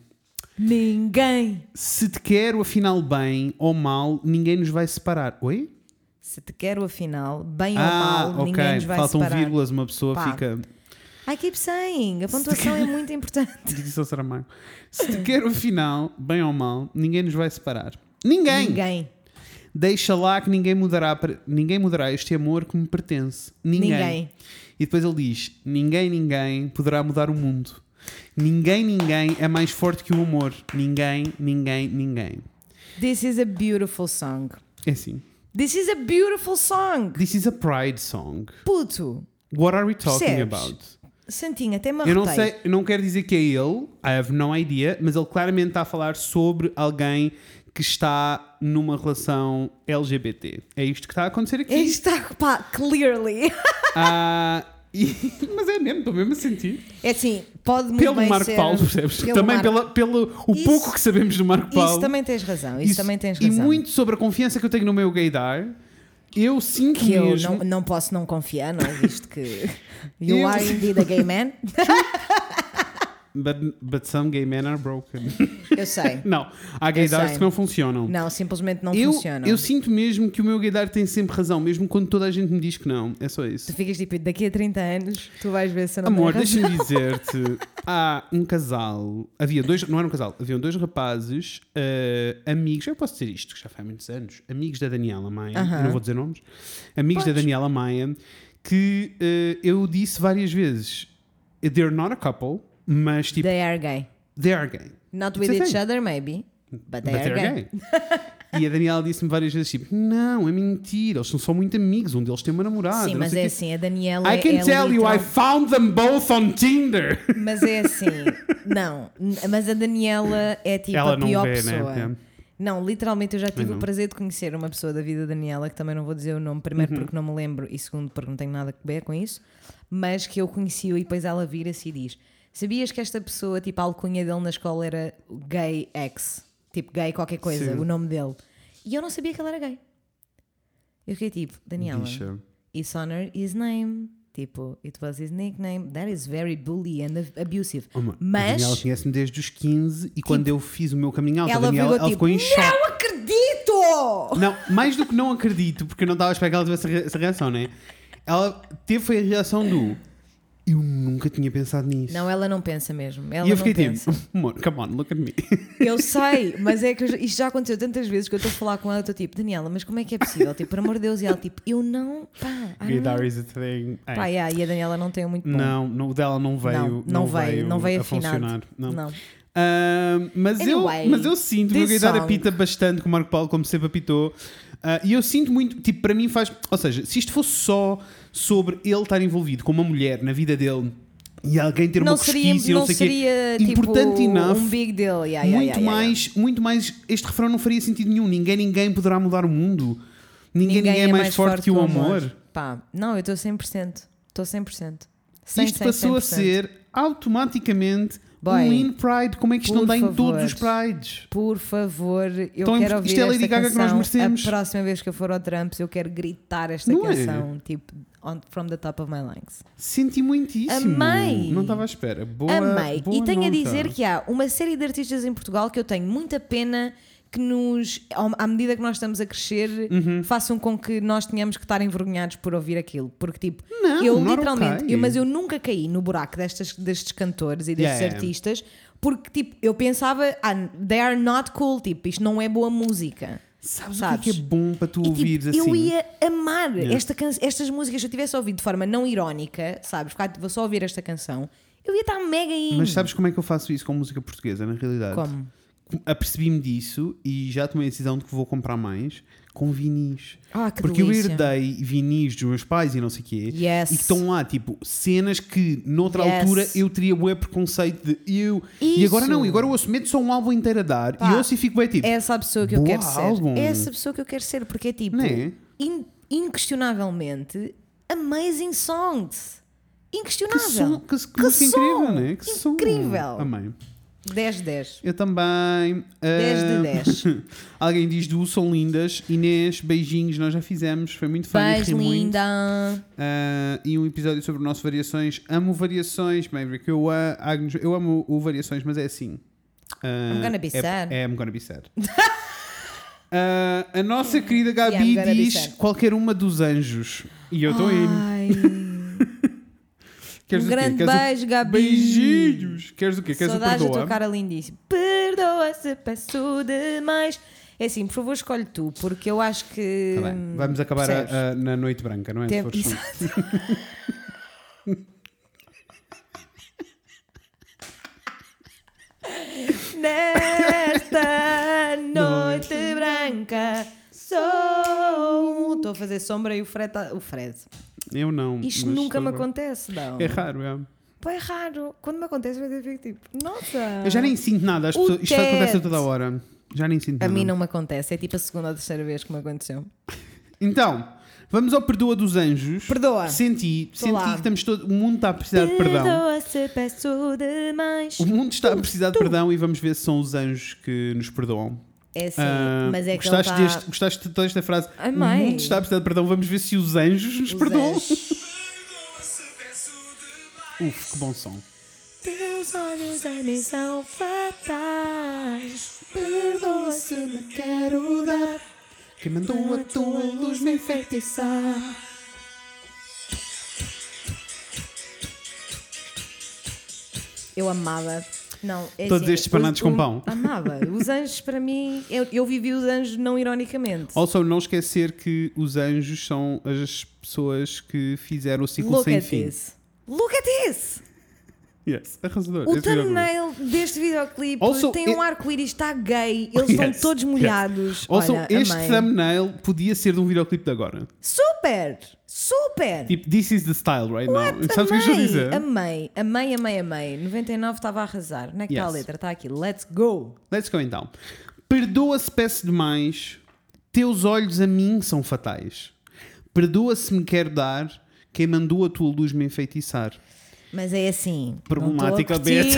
Ninguém. Se te quero afinal bem ou mal, ninguém nos vai separar. Oi? Se te quero afinal, bem ou Ah, mal, ninguém ok. nos vai Faltam separar. vírgulas, uma pessoa Pá. fica. I keep saying. A pontuação é muito importante. Disse ao Saramago. Se te quero afinal, bem ou mal, ninguém nos vai separar. Ninguém! Ninguém. Deixa lá que ninguém mudará, para- ninguém mudará este amor que me pertence. Ninguém. Ninguém. E depois ele diz: ninguém, ninguém poderá mudar o mundo. Ninguém, ninguém é mais forte que o amor. Ninguém, ninguém, ninguém. This is a beautiful song. É assim. This is a beautiful song. This is a pride song. Puto. What are we talking Percebes? about? Santinho, até me Eu não arrotei. sei, eu não quero dizer que é ele, I have no idea, mas ele claramente está a falar sobre alguém que está numa relação L G B T. É isto que está a acontecer aqui. Isto está, pá, clearly. Ah, e- mas é mesmo, estou mesmo a sentir. É assim, pode muito Pelo bem Marco ser... Paulo, percebes? Pelo Também Marco- pela, pelo o Isso- pouco que sabemos do Marco Paulo. Isso também tens razão. Isso, também tens E razão. muito sobre a confiança que eu tenho no meu gaydar. Eu sinto que eu mesmo... não, não posso não confiar, não é? Visto que you Eu- are indeed a gay man. But, but some gay men are broken. Eu sei. Não, há gaydars sei. que não funcionam. Não, simplesmente não eu, funciona. eu sinto mesmo que o meu gaydar tem sempre razão, mesmo quando toda a gente me diz que não. É só isso. Tu ficas tipo, daqui a trinta anos, tu vais ver se eu não Amor, tenho razão. deixa-me dizer-te. Há um casal. Havia dois. Não era um casal. Haviam dois rapazes, eh, amigos. Eu posso dizer isto, que já faz muitos anos. Amigos da Daniela Maia. Aham. Eu não vou dizer nomes. Amigos Podes. da Daniela Maia. Que eh, eu disse várias vezes. They're not a couple, mas tipo. They are gay. They are gay. Not It's with a each thing. other, maybe. But they But are they're gay. gay. E a Daniela disse-me várias vezes, tipo, não, é mentira, eles são só muito amigos, um deles tem uma namorada. Sim, não mas sei é quê. assim, a Daniela I can é tell you, literal- I found them both on Tinder. Mas é assim, não, n- mas a Daniela é tipo Ela a não pior vê, pessoa. né? Não, literalmente eu já tive não. o prazer de conhecer uma pessoa da vida da Daniela, que também não vou dizer o nome, primeiro Uhum. porque não me lembro e segundo porque não tenho nada a ver com isso, mas que eu conheci e depois ela vira-se e diz: sabias que esta pessoa, tipo, a alcunha dele na escola era gay X, tipo gay qualquer coisa, Sim. o nome dele, e eu não sabia que ele era gay. Eu fiquei tipo, Daniela, Bicha. it's honor his name, tipo, it was his nickname, that is very bully and ab- abusive. Oh, mano, a Mas Daniela conhece-me desde os quinze e quando eu fiz o meu coming out, a ela Daniela ficou ela tipo, ficou em choque. não acredito! Não, mais do que não acredito, porque eu não estava a esperar que ela tivesse essa re- essa reação, né? Ela teve foi a reação do eu nunca tinha pensado nisso. Não, ela não pensa mesmo. Ela e eu não fiquei pensa. tipo, amor, come on, look at me. Eu sei, mas é que eu já- isto já aconteceu tantas vezes que eu estou a falar com ela, eu estou tipo, Daniela, mas como é que é possível? Tipo, por amor de Deus, e ela tipo, eu não, pá, I don't Guitar know. is a thing. É. Pá, yeah, e a Daniela não tem um muito bom. Não, não, o dela não veio, não, não veio, não veio a afinado. funcionar. Não. Não. Ah, mas, Anyway, eu, mas eu sinto, o meu this Gaydar song. apita bastante com o Marco Paulo, como sempre apitou. Ah, e eu sinto muito, tipo, para mim faz. Ou seja, se isto fosse só sobre ele estar envolvido com uma mulher na vida dele e alguém ter uma Não seria, cosquice e não não sei o quê, seria tipo, importante enough, um big deal. Yeah, yeah, muito, yeah, yeah, mais, muito mais. Este refrão não faria sentido nenhum. Ninguém, ninguém poderá mudar o mundo. Ninguém, ninguém, é mais, forte que o amor. Pá, não, eu estou cem por cento. Estou cem por cento. cem, Isto cem, passou a cem por cento. ser automaticamente Boy, um in Pride. Como é que isto não por dá em favor. todos os Prides? Por favor, eu Então, quero isto ouvir é a Lady esta Gaga que nós canção. merecemos. A próxima vez que eu for ao Trumps, eu quero gritar esta Não é? canção, tipo, on, from the top of my lungs. Senti muitíssimo. Amei. Não estava à espera. Boa, Amei. boa E tenho a nota. dizer que há uma série de artistas em Portugal que eu tenho muita pena que nos, ao- à medida que nós estamos a crescer, Uhum. façam com que nós tenhamos que estar envergonhados por ouvir aquilo. Porque, tipo, Não, eu não era literalmente, ok. eu- mas eu nunca caí no buraco destas, destes cantores e destes Yeah. artistas, porque, tipo, eu pensava, ah, they are not cool, tipo, isto não é boa música. Sabes, Sabes? o que é, que é bom para tu E, tipo, ouvires assim? eu ia amar Yeah. esta can- estas músicas se eu tivesse ouvido de forma não irónica, sabes? Ficar, vou só ouvir esta canção, eu ia estar mega in. Mas sabes como é que eu faço isso com música portuguesa, na realidade? Como? Apercebi-me disso e já tomei a decisão de que vou comprar mais com vinis. Ah, que Porque delícia. eu herdei vinis dos meus pais e não sei o quê. Yes. E que estão lá, tipo, cenas que noutra Yes. altura eu teria bué preconceito de eu. E Isso. agora não, e agora eu ouço, meto só um álbum inteiro a dar Pá, e ouço e fico bem tipo. É essa a pessoa que eu boa quero ser. álbum. É essa pessoa que eu quero ser, porque é tipo, Não é? in- inquestionavelmente, amazing songs. Que Inquestionável. som, que, que, Que música som incrível, né? Que som. incrível. Amém. dez de dez. Eu também. dez de Ah, dez. Alguém diz do são lindas. Inês, beijinhos, nós já fizemos. Foi muito fã e Beijo, ri muito. linda. Ah, e um episódio sobre o nosso Variações. Amo Variações, Maverick. Eu, a- Agnes, eu amo o Variações, mas é assim. Ah, I'm gonna be é, sad. É, I'm gonna be sad. Ah, a nossa querida Gabi Yeah, I'm gonna be diz sad. qualquer uma dos anjos. E eu estou indo. Ai. Queres Um o quê? grande Queres o- beijo, Gabi. Beijinhos. Queres o quê? Queres Saudades o da perdoa? tua cara lindíssima. Perdoa se peço demais. É assim, por favor, escolhe tu, porque eu acho que. Tá bem. Vamos acabar a- percebes? a- na Noite Branca, não é? Tem- Se for Exato. Nesta noite branca sou. Estou a fazer sombra e o Fred. tá- O Fred. Eu não. Isto mas nunca me estou- acontece, não. É raro, é. Pá, é raro. Quando me acontece, eu fico tipo, nossa. Eu já nem sinto nada. As O pessoas, isto Ted. acontece a toda a hora. Já nem sinto A nada. mim não me acontece. É tipo a segunda ou terceira vez que me aconteceu. Então, vamos ao Perdoa dos Anjos. Perdoa. Senti, Estou senti lá. que estamos todo, o mundo está a precisar de perdão. Perdoa se peço demais. O mundo está a precisar de perdão e vamos ver se são os anjos que nos perdoam. É sim, Ah, mas é que ele gostaste, está... deste, gostaste de toda esta frase? Amei. O mundo está a precisar de perdão. Vamos ver se os anjos nos Os perdoam. anjos. Uf, que bom som. Teus olhos a mim são fatais. Perdoa se me quero dar. Quem mandou a tua luz me enfeitiçar. Eu amava. Não, é Todos assim, estes panados os- com o- pão. Amava. Os anjos, para mim, eu, eu vivi os anjos não ironicamente. Also, não esquecer que os anjos são as pessoas que fizeram o ciclo Look sem at fim. this. Look at this! Yes, arrasador. O Esse videoclipe. thumbnail deste videoclipe Also, tem um it- arco-íris, está gay, eles estão Yes, todos yes. molhados. Also, Olha, este amei. thumbnail podia ser de um videoclipe de agora. Super! Super! Tipo, this is the style right What? now. Sabes o que eu estou a Amei, dizer? amei, amei, amei, amei. noventa e nove estava a arrasar. Onde é que está a Yes. letra? Está aqui. Let's go! Let's go então. Perdoa-se, peço demais. Teus olhos a mim são fatais. Perdoa-se, me quero dar. Quem mandou a tua luz me enfeitiçar. Mas é assim. Problemática, não estou a curtir.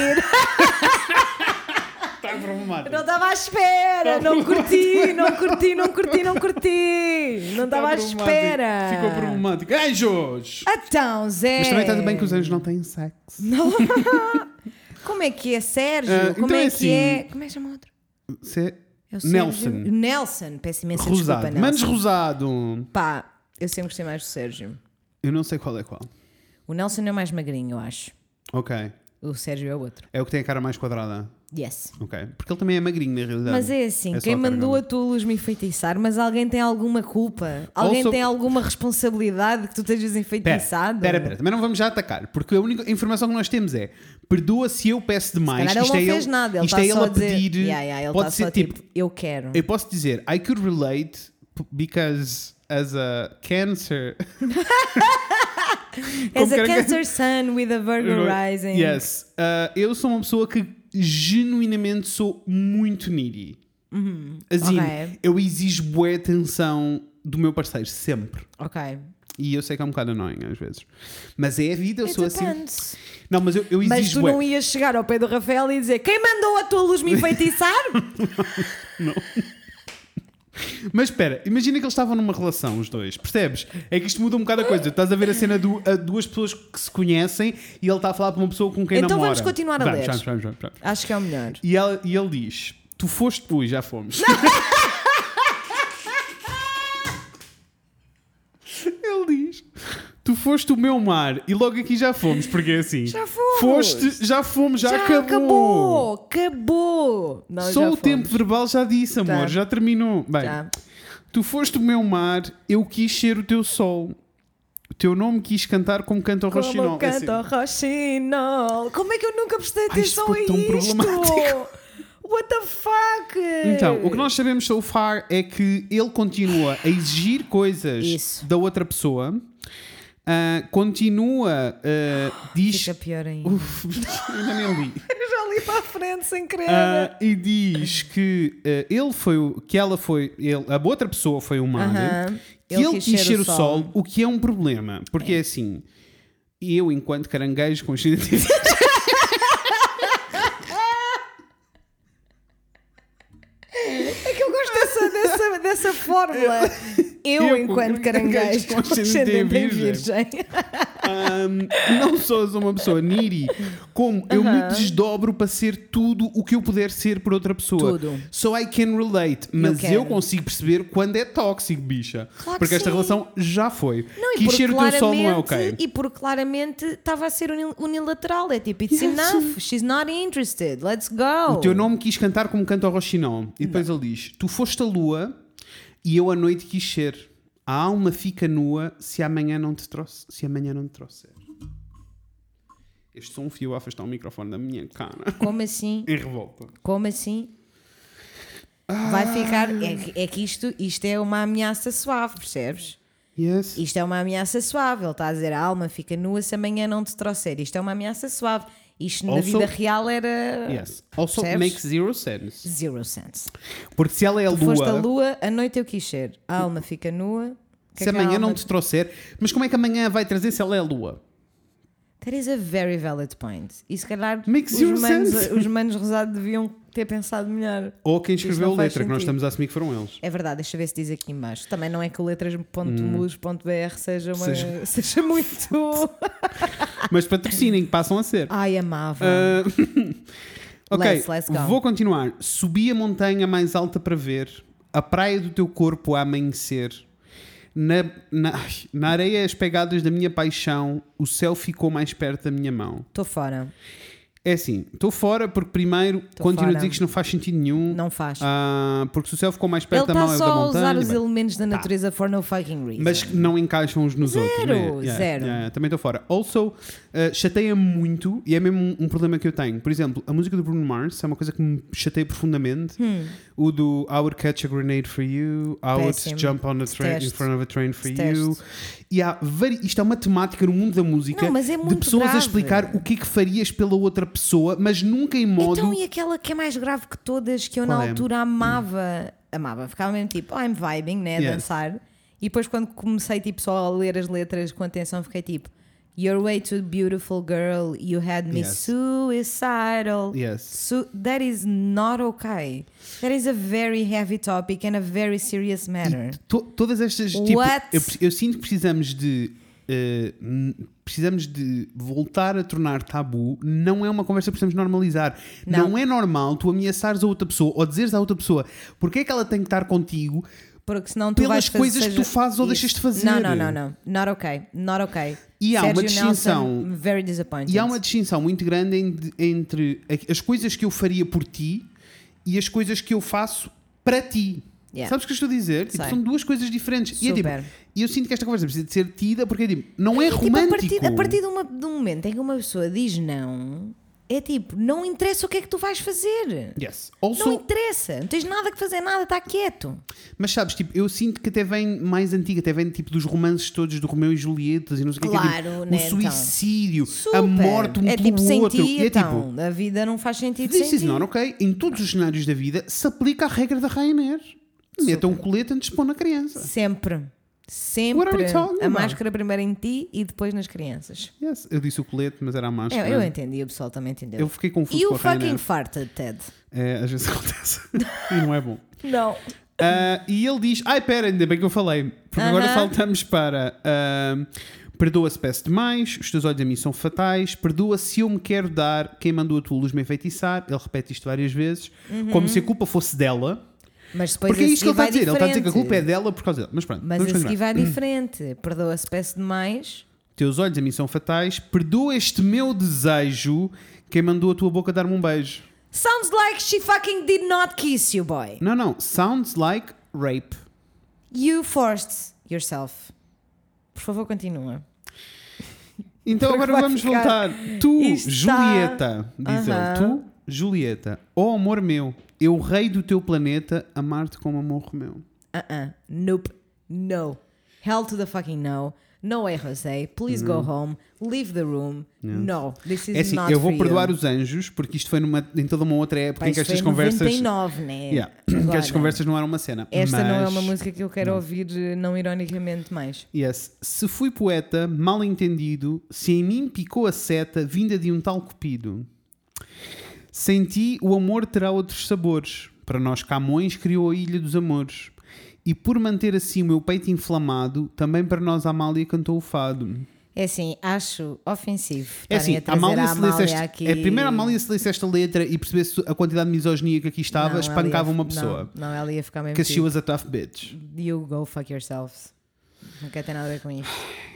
Está problemático. Não estava à espera, não curti, não curti, não curti, não curti. Não estava à espera. Ficou problemático. Anjos! Então, Zé. Mas também está bem que os anjos não têm sexo. Não. Como é que é, Sérgio? Ah, Como então é é que assim. é? Como é que chama outro? Se é É o Sérgio? Nelson. Nelson, peço imensa Rosado. desculpa, Manos Nelson. rosado. Pá, eu sempre gostei mais do Sérgio. Eu não sei qual é qual. O Nelson é o mais magrinho, eu acho. Ok. O Sérgio é o outro. É o que tem a cara mais quadrada. Yes. Ok. Porque ele também é magrinho, na realidade. Mas é assim, É só quem a cara mandou grande. a tua luz me enfeitiçar, mas alguém tem alguma culpa? Alguém Also- tem alguma responsabilidade que tu estejas enfeitiçado? Pera, pera, também não vamos já atacar, porque a única informação que nós temos é perdoa se eu peço demais. Se calhar Isto ele não é fez nada, ele isto está é ele só a a dizer. pedir. Yeah, yeah, ele pode está ser só tipo, tipo, eu quero. eu posso dizer, I could relate p- because as a cancer. As Como a quer que- cancer sun with a Virgo rising. Yes. Uh, eu sou uma pessoa que genuinamente sou muito needy. Assim, Ok. eu exijo boa atenção do meu parceiro, sempre. Ok. E eu sei que é um bocado annoying às vezes. Mas é a vida, eu It sou assim. depends. Não, mas eu, eu exijo Mas tu bué. não ias chegar ao pé do Rafael e dizer quem mandou a tua luz me enfeitiçar? Mas espera, imagina que eles estavam numa relação, os dois, percebes? É que isto muda um bocado a coisa. Estás a ver a cena de duas pessoas que se conhecem e ele está a falar para uma pessoa com quem Então namora. vamos continuar a vamos, ler. Vamos, vamos, vamos, vamos. Acho que é o melhor. E, ela, e ele diz: tu foste. Ui, já fomos. Ele diz: tu foste o meu mar. E logo aqui já fomos, porque é assim. Já fomos. Foste, já fomos, já, Já acabou. acabou. Acabou. Não, Só já o fomos. tempo verbal já disse, amor, Já. já terminou. Bem, Já. tu foste o meu mar, eu quis ser o teu sol. O teu nome quis cantar como canta o Rochinol. Como canta o Rochinol. Como é que eu nunca prestei Ai, isto atenção a ficou tão isto? problemático. What the fuck? Então, o que nós sabemos so far é que ele continua a exigir coisas Isso. da outra pessoa, ah, continua, ah, diz. Fica pior ainda. Uf, ainda nem li. Eu já li para a frente sem querer. Ah, e diz que ah, ele foi o- que ela foi, ele, a outra pessoa foi o mar, Aham. que Ele ele, quis quis ser ser o o sol. sol. o que é um problema, porque é, assim, eu enquanto caranguejo com identidade. É que eu gosto dessa, dessa, dessa fórmula. Eu, Eu, enquanto com caranguejo, com ascendente ascendente em virgem. virgem. Um, não só sou uma pessoa needy, como eu me desdobro para ser tudo o que eu puder ser por outra pessoa. Tudo. So I can relate, mas quero. eu, consigo perceber quando é tóxico, bicha. Claro que porque esta sim. relação já foi. Não, e Quis porque ser o teu sol não é ok. claramente- E porque claramente estava a ser uni- unilateral. É tipo, it's enough. She's not interested. Let's go. O teu nome quis cantar como canta o Rochinol. E depois ele diz: tu foste a lua e eu à noite quis ser. A alma fica nua se amanhã não te trouxe, se amanhã não te trouxer. Este som fio a afastar o microfone da minha cara. Como assim? Em revolta. Como assim? Vai ficar. É, que- é que isto, isto é uma ameaça suave, percebes? Yes. Isto é uma ameaça suave. Ele está a dizer a alma fica nua se amanhã não te trouxer. Isto é uma ameaça suave. Isto na Also- vida real era. Yes. Also Percebes? makes zero sense. Zero sense. Porque se ela é a Tu foste a lua, lua, a noite eu quis ser. A alma fica nua. que se é que a amanhã alma- não te trouxer, mas como é que amanhã vai trazer se ela é a lua? That is a very valid point. E se calhar Makes os zero manos, sense. os manos rosados deviam ter pensado melhor. Ou quem Isto escreveu não a faz letra, que nós sentido. estamos a assumir que foram eles. É verdade, deixa eu ver se diz aqui em baixo. Também não é que o letras ponto mus ponto b r seja, uma, Seja- seja muito. Mas patrocinem, que passam a ser. Ai, amava. Ah, ok, Let's- let's go. vou continuar. Subi a montanha mais alta para ver a praia do teu corpo a amanhecer. Na, na, ai, na areia as pegadas da minha paixão, o céu ficou mais perto da minha mão. Estou fora. É assim, estou fora porque primeiro Tô continuo fora. a dizer que isto não faz sentido nenhum. Não faz. Ah, porque se o céu ficou mais Ele perto da mão está é da só a montanha. usar os bem. elementos da natureza for no fucking reason. Mas que não encaixam uns nos Zero, outros. Né? Yeah, zero. yeah, também estou fora. Also, uh, chateia muito, e é mesmo um, um problema que eu tenho. Por exemplo, a música do Bruno Mars é uma coisa que me chateia profundamente. Hum. O do I would catch a grenade for you, I would Péssimo. jump on a train, in Deteste. front of a train for Deteste. you. E há vari... Isto é uma temática no mundo da música Não, mas é de muito pessoas grave. a explicar o que é que farias pela outra pessoa, mas nunca em modo. Então, e aquela que é mais grave que todas, que eu Qual na é? altura amava, amava, ficava mesmo tipo, oh, I'm vibing, né, a Yes. dançar. E depois quando comecei tipo só a ler as letras com atenção, fiquei tipo, you're way too beautiful girl, you had me Yes. suicidal. Yes. Su- that is not okay. That is a very heavy topic and a very serious matter. To- todas estas. Tipo, What? eu, eu sinto que precisamos de. eh, n- precisamos de voltar a tornar tabu. Não é uma conversa que precisamos normalizar. Não. Não. é normal tu ameaçares a outra pessoa ou dizeres à outra pessoa porque é que ela tem que estar contigo. Porque senão tu Pelas vais fazer, coisas que seja- tu fazes ou Isso. deixas de fazer. Não, não, não, não. Not okay. Not okay. E há uma Sérgio distinção- Nelson, very disappointed. E há uma distinção muito grande en- entre as coisas que eu faria por ti e as coisas que eu faço para ti. Yeah. Sabes o que eu estou a dizer? Tipo, Sei. são duas coisas diferentes. E é tipo, Super. e eu sinto que esta conversa precisa de ser tida porque é tipo, não é Tipo, romântico. a partir, a partir de, uma- de um momento em que uma pessoa diz não, é tipo, não interessa o que é que tu vais fazer. Yes. Não Also, interessa. Não tens nada que fazer, nada, está quieto. mas sabes, tipo, eu sinto que até vem mais antiga, até vem tipo dos romances todos do Romeu e Julietas e não sei o que, que é, Claro, tipo, né, o suicídio, Super. a morte um é tipo pelo sem outro. ti, E é então. tipo, A vida não faz sentido this sem is ti. not okay. Em todos os cenários da vida se aplica a regra da Ryanair. Metam um colete antes de pôr na criança. Sempre. What are we Sempre. talking A about? máscara primeiro em ti e depois nas crianças. Yes. Eu disse o colete, mas era a máscara. Eu, eu entendi, o pessoal também entendeu. Eu fiquei confuso E com o a Ryanair. fucking farted, Ted? É, às vezes acontece. E não é bom. Não. Ah, e ele diz: ai, pera, ainda bem que eu falei. Porque agora Aham. saltamos para. ah, perdoa-se, peço demais. Os teus olhos a mim são fatais. Perdoa se eu me quero dar. Quem mandou a tua luz me enfeitiçar. Ele repete isto várias vezes. Uhum. Como se a culpa fosse dela. Mas depois Porque é a isto que ele seguir está a vai dizer. Ele está a dizer que a diferente. culpa é dela por causa dela. Mas pronto, Mas vamos a seguir continuar. vai diferente. Perdoa-se, peço demais. Teus olhos a mim são fatais. Perdoa este meu desejo. Quem mandou a tua boca dar-me um beijo. Sounds like she fucking did not kiss you, boy. Não, não. Sounds like rape. You forced yourself. Por favor, continua. Então Porque agora vai vamos ficar- voltar. Tu, Isto está- Julieta, diz Aham. ele. Tu, Julieta, ó amor meu, eu rei do teu planeta, amar-te como amor meu. Uh-uh. Nope. No. Hell to the fucking no. No way, José. Please go home. Leave the room. No. This is É assim, not eu vou for perdoar you. os anjos, porque isto foi numa, em toda uma outra época Pá, em que isto estas foi em conversas. noventa e nove, né? Yeah, que Agora, estas conversas não eram uma cena. Esta mas, não é uma música que eu quero ouvir eh, não ironicamente mais. Yes. Se fui poeta, mal entendido, se em mim picou a seta vinda de um tal cupido. Sem ti o amor terá outros sabores. Para nós Camões criou a Ilha dos Amores. E por manter assim o meu peito inflamado, também para nós a Amália cantou o fado. É assim, acho ofensivo. É assim, estarem a a trazer Amália, a se lesse Amália esta, aqui. é, primeiro a Amália se lesse esta letra e percebesse a quantidade de misoginia que aqui estava, Não, espancava ela ia- uma pessoa. Não, não, ela ia ficar mesmo. Because she tipo, was a tough bitch. You go fuck yourselves. Não quer ter nada a ver com isto.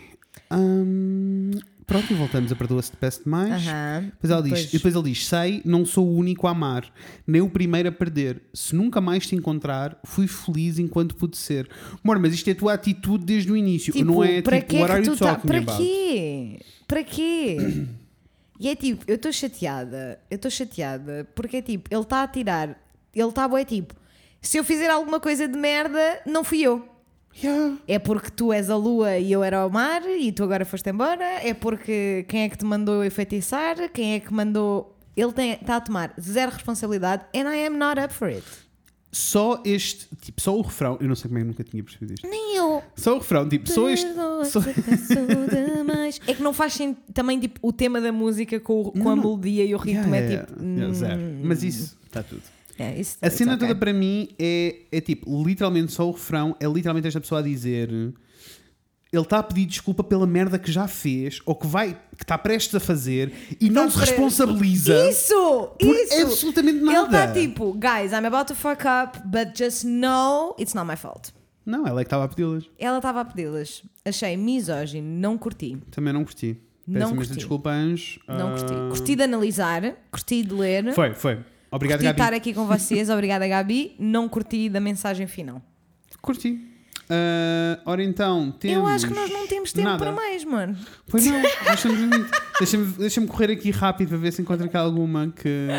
Hum, pronto, e voltamos a perdoa-se de peço demais. Aham. Depois, ela diz, Depois- e depois ele diz: sei, não sou o único a amar, nem o primeiro a perder. Se nunca mais te encontrar, fui feliz enquanto pude ser. Amor, mas isto é a tua atitude desde o início. Tipo, não é para tipo, quê what que are tu you tá, talking para about? quê? Para quê? E é tipo, eu estou chateada, eu estou chateada, porque é tipo, ele está a tirar, ele está bué tipo, se eu fizer alguma coisa de merda, não fui eu. Yeah. É porque tu és a lua e eu era o mar e tu agora foste embora. É porque quem é que te mandou enfeitiçar? Quem é que mandou... Ele está a tomar zero responsabilidade and I am not up for it. Só este, tipo, só o refrão, eu não sei como é que eu nunca tinha percebido isto. Nem eu. Só o refrão, tipo, só este. Perdoa-se, Só... peço demais. É que não faz sentido também tipo, o tema da música com, o- com Não, a não. melodia e o ritmo Yeah, é yeah, tipo... yeah, zero. hum, Mas isso está tudo. é, isso- A it's cena okay. toda para mim é, é tipo, literalmente só o refrão, é literalmente esta pessoa a dizer. Ele está a pedir desculpa pela merda que já fez ou que vai, que está prestes a fazer e não se pre- responsabiliza. Isso! por Isso! absolutamente nada. Ele está tipo, guys, I'm about to fuck up, but just know it's not my fault. Não, ela é que estava a pedi-las. Ela estava a pedi-las. Achei misógino, não curti. Também não curti. Não imensa curti. desculpa, Anjo. Não curti. Ah, Curti de analisar, curti de ler, Foi, foi. Obrigado, curti de Gabi. estar aqui com vocês, obrigada Gabi, não curti da mensagem final. Curti. Ah, ora então, temos... Eu acho que nós não temos tempo nada. para mais, mano. Pois não, deixa-me deixa deixa correr aqui rápido para ver se encontro aqui alguma que,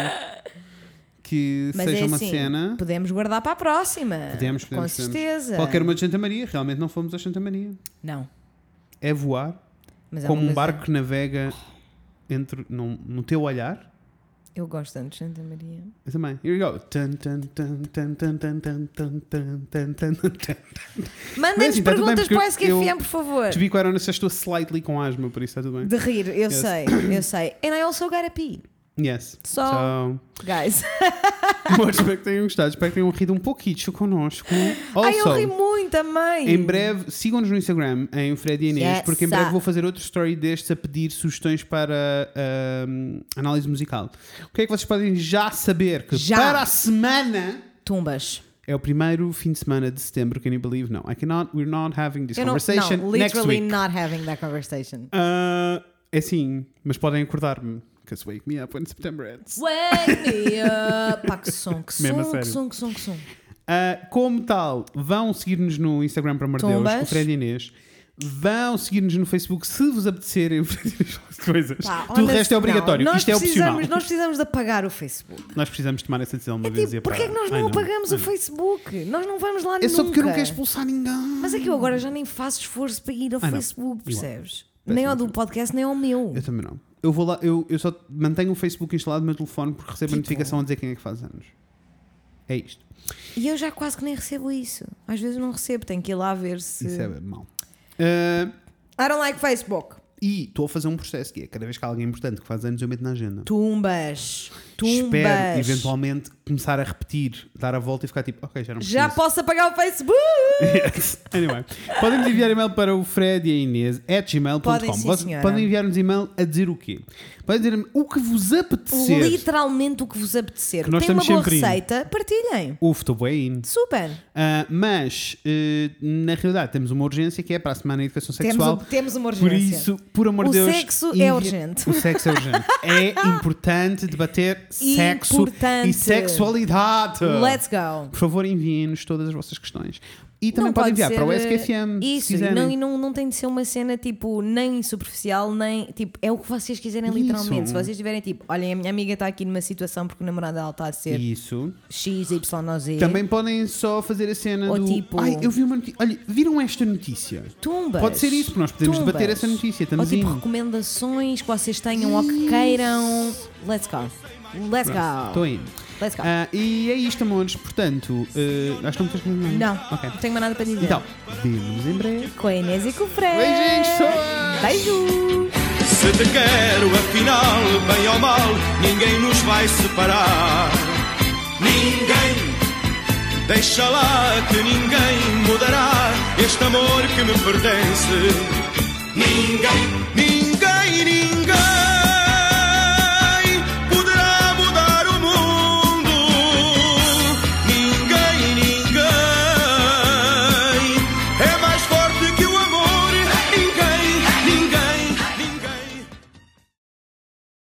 que Mas seja é uma assim, cena. podemos guardar para a próxima. Podemos, podemos, Com podemos. certeza. Qualquer uma de Santa Maria, realmente não fomos a Santa Maria. Não. É voar, Mas é como uma um coisa- barco que navega entre, no, no teu olhar. Eu gosto tanto de Santa Maria. Eu também. Here we go. Tan, tan, tan, tan, tan, tan, tan, tan, tan, tan, tan. Mas Mandem-nos assim, tá tudo bem, perguntas porque para o S Q F M, eu- por favor. To be quite honest, já estou slightly com asma, por isso está tudo bem. De rir, eu Yes. sei, eu sei. And I also got a pee. Yes. So- So, Guys. bom, espero que tenham gostado, espero que tenham rido um pouquinho connosco. Ai, eu Also, ri muito também. em breve, sigam-nos no Instagram, em Fred e Inês, Yes. porque em breve vou fazer outro story destes a pedir sugestões para ahm, análise musical. O que é que vocês podem já saber? Que Já. para a semana Tumbas. é o primeiro fim de semana de setembro. Can you believe? No, I cannot. We're not having this Eu não, conversation não, next literally week. not having that conversation. Ah, é sim, mas podem acordar-me. Because wake me up when September ends. Wake me up. Pá, que som, que Mesmo a som, que sério. som, que som, que som. Uh, como tal, vão seguir-nos no Instagram, para amor de Deus, Tumbas. o Fred e Inês. Vão seguir-nos no Facebook se vos apetecerem coisas. Pá, Tudo o honest- resto é obrigatório. não, nós Isto é opcional. precisamos- Nós precisamos de apagar o Facebook. Nós precisamos tomar essa decisão uma É vez e tipo, apagar. porquê é que nós Ai, não apagamos ai, o Facebook? Nós não vamos lá É nunca. só porque eu não quero expulsar ninguém. Mas é que eu agora já nem faço esforço para ir ao Ai, não. Facebook, percebes? Péssimo, Nem ao do péssimo. podcast, nem ao meu. Eu também não. Eu vou lá, eu, eu só mantenho o Facebook instalado no meu telefone porque recebo a Tipo- notificação a dizer quem é que faz anos. É isto. E eu já quase que nem recebo isso. Às vezes não recebo, tenho que ir lá ver se. Isso é mau. Uh, I don't like Facebook. e estou a fazer um processo que é cada vez que há alguém importante que faz anos eu meto na agenda. Tumbas. Tumbas. Espero eventualmente começar a repetir, dar a volta e ficar tipo, ok, já não Já preciso. posso apagar o Facebook? Yes. Anyway, podem enviar e-mail para o Fred e a Inês at gmail ponto com. Podem, sim, Vocês senhora. podem enviar-nos e-mail a dizer o quê? Podem dizer o que vos apetecer. Literalmente o que vos apetecer. Que nós Tem uma estamos boa sempre in. receita, partilhem. Uf, estou bem in. Super. Ah, mas, eh, na realidade, temos uma urgência que é para a Semana de Educação Temos, Sexual. um- temos uma urgência. Por isso, por amor O de Deus. sexo é envia- urgente. O sexo é urgente. É importante debater sexo Importante. e sexualidade. Let's go. Por favor, enviem-nos todas as vossas questões. E também Não podem pode enviar ser, para o S Q F M. se Isso, e quiserem. não, e não, não tem de ser uma cena tipo nem superficial, nem tipo, é o que vocês quiserem Isso. literalmente. Se vocês tiverem tipo, olhem, a minha amiga está aqui numa situação porque o namorado dela está a ser Isso. X, Y ou Z. Também podem só fazer a cena Ou do. tipo- Ai, eu vi uma notícia. Olha, viram esta notícia? Tumbas. Pode ser isso, porque nós podemos Tumbas. debater essa notícia. Ou Estamos tipo in. recomendações que vocês tenham ou que queiram. Let's go. Let's Estou go. indo. Let's go. Ah, e é isto, amores. Portanto, eh, acho que não tens nada. Não, Ok. não tenho mais nada para dizer. Então, vemos em breve. Com a Inês e com o Fred. Beijinhos, pessoas! Beijos. Se te quero, afinal, bem ou mal, ninguém nos vai separar. Ninguém. Deixa lá que ninguém mudará este amor que me pertence. Ninguém, ninguém.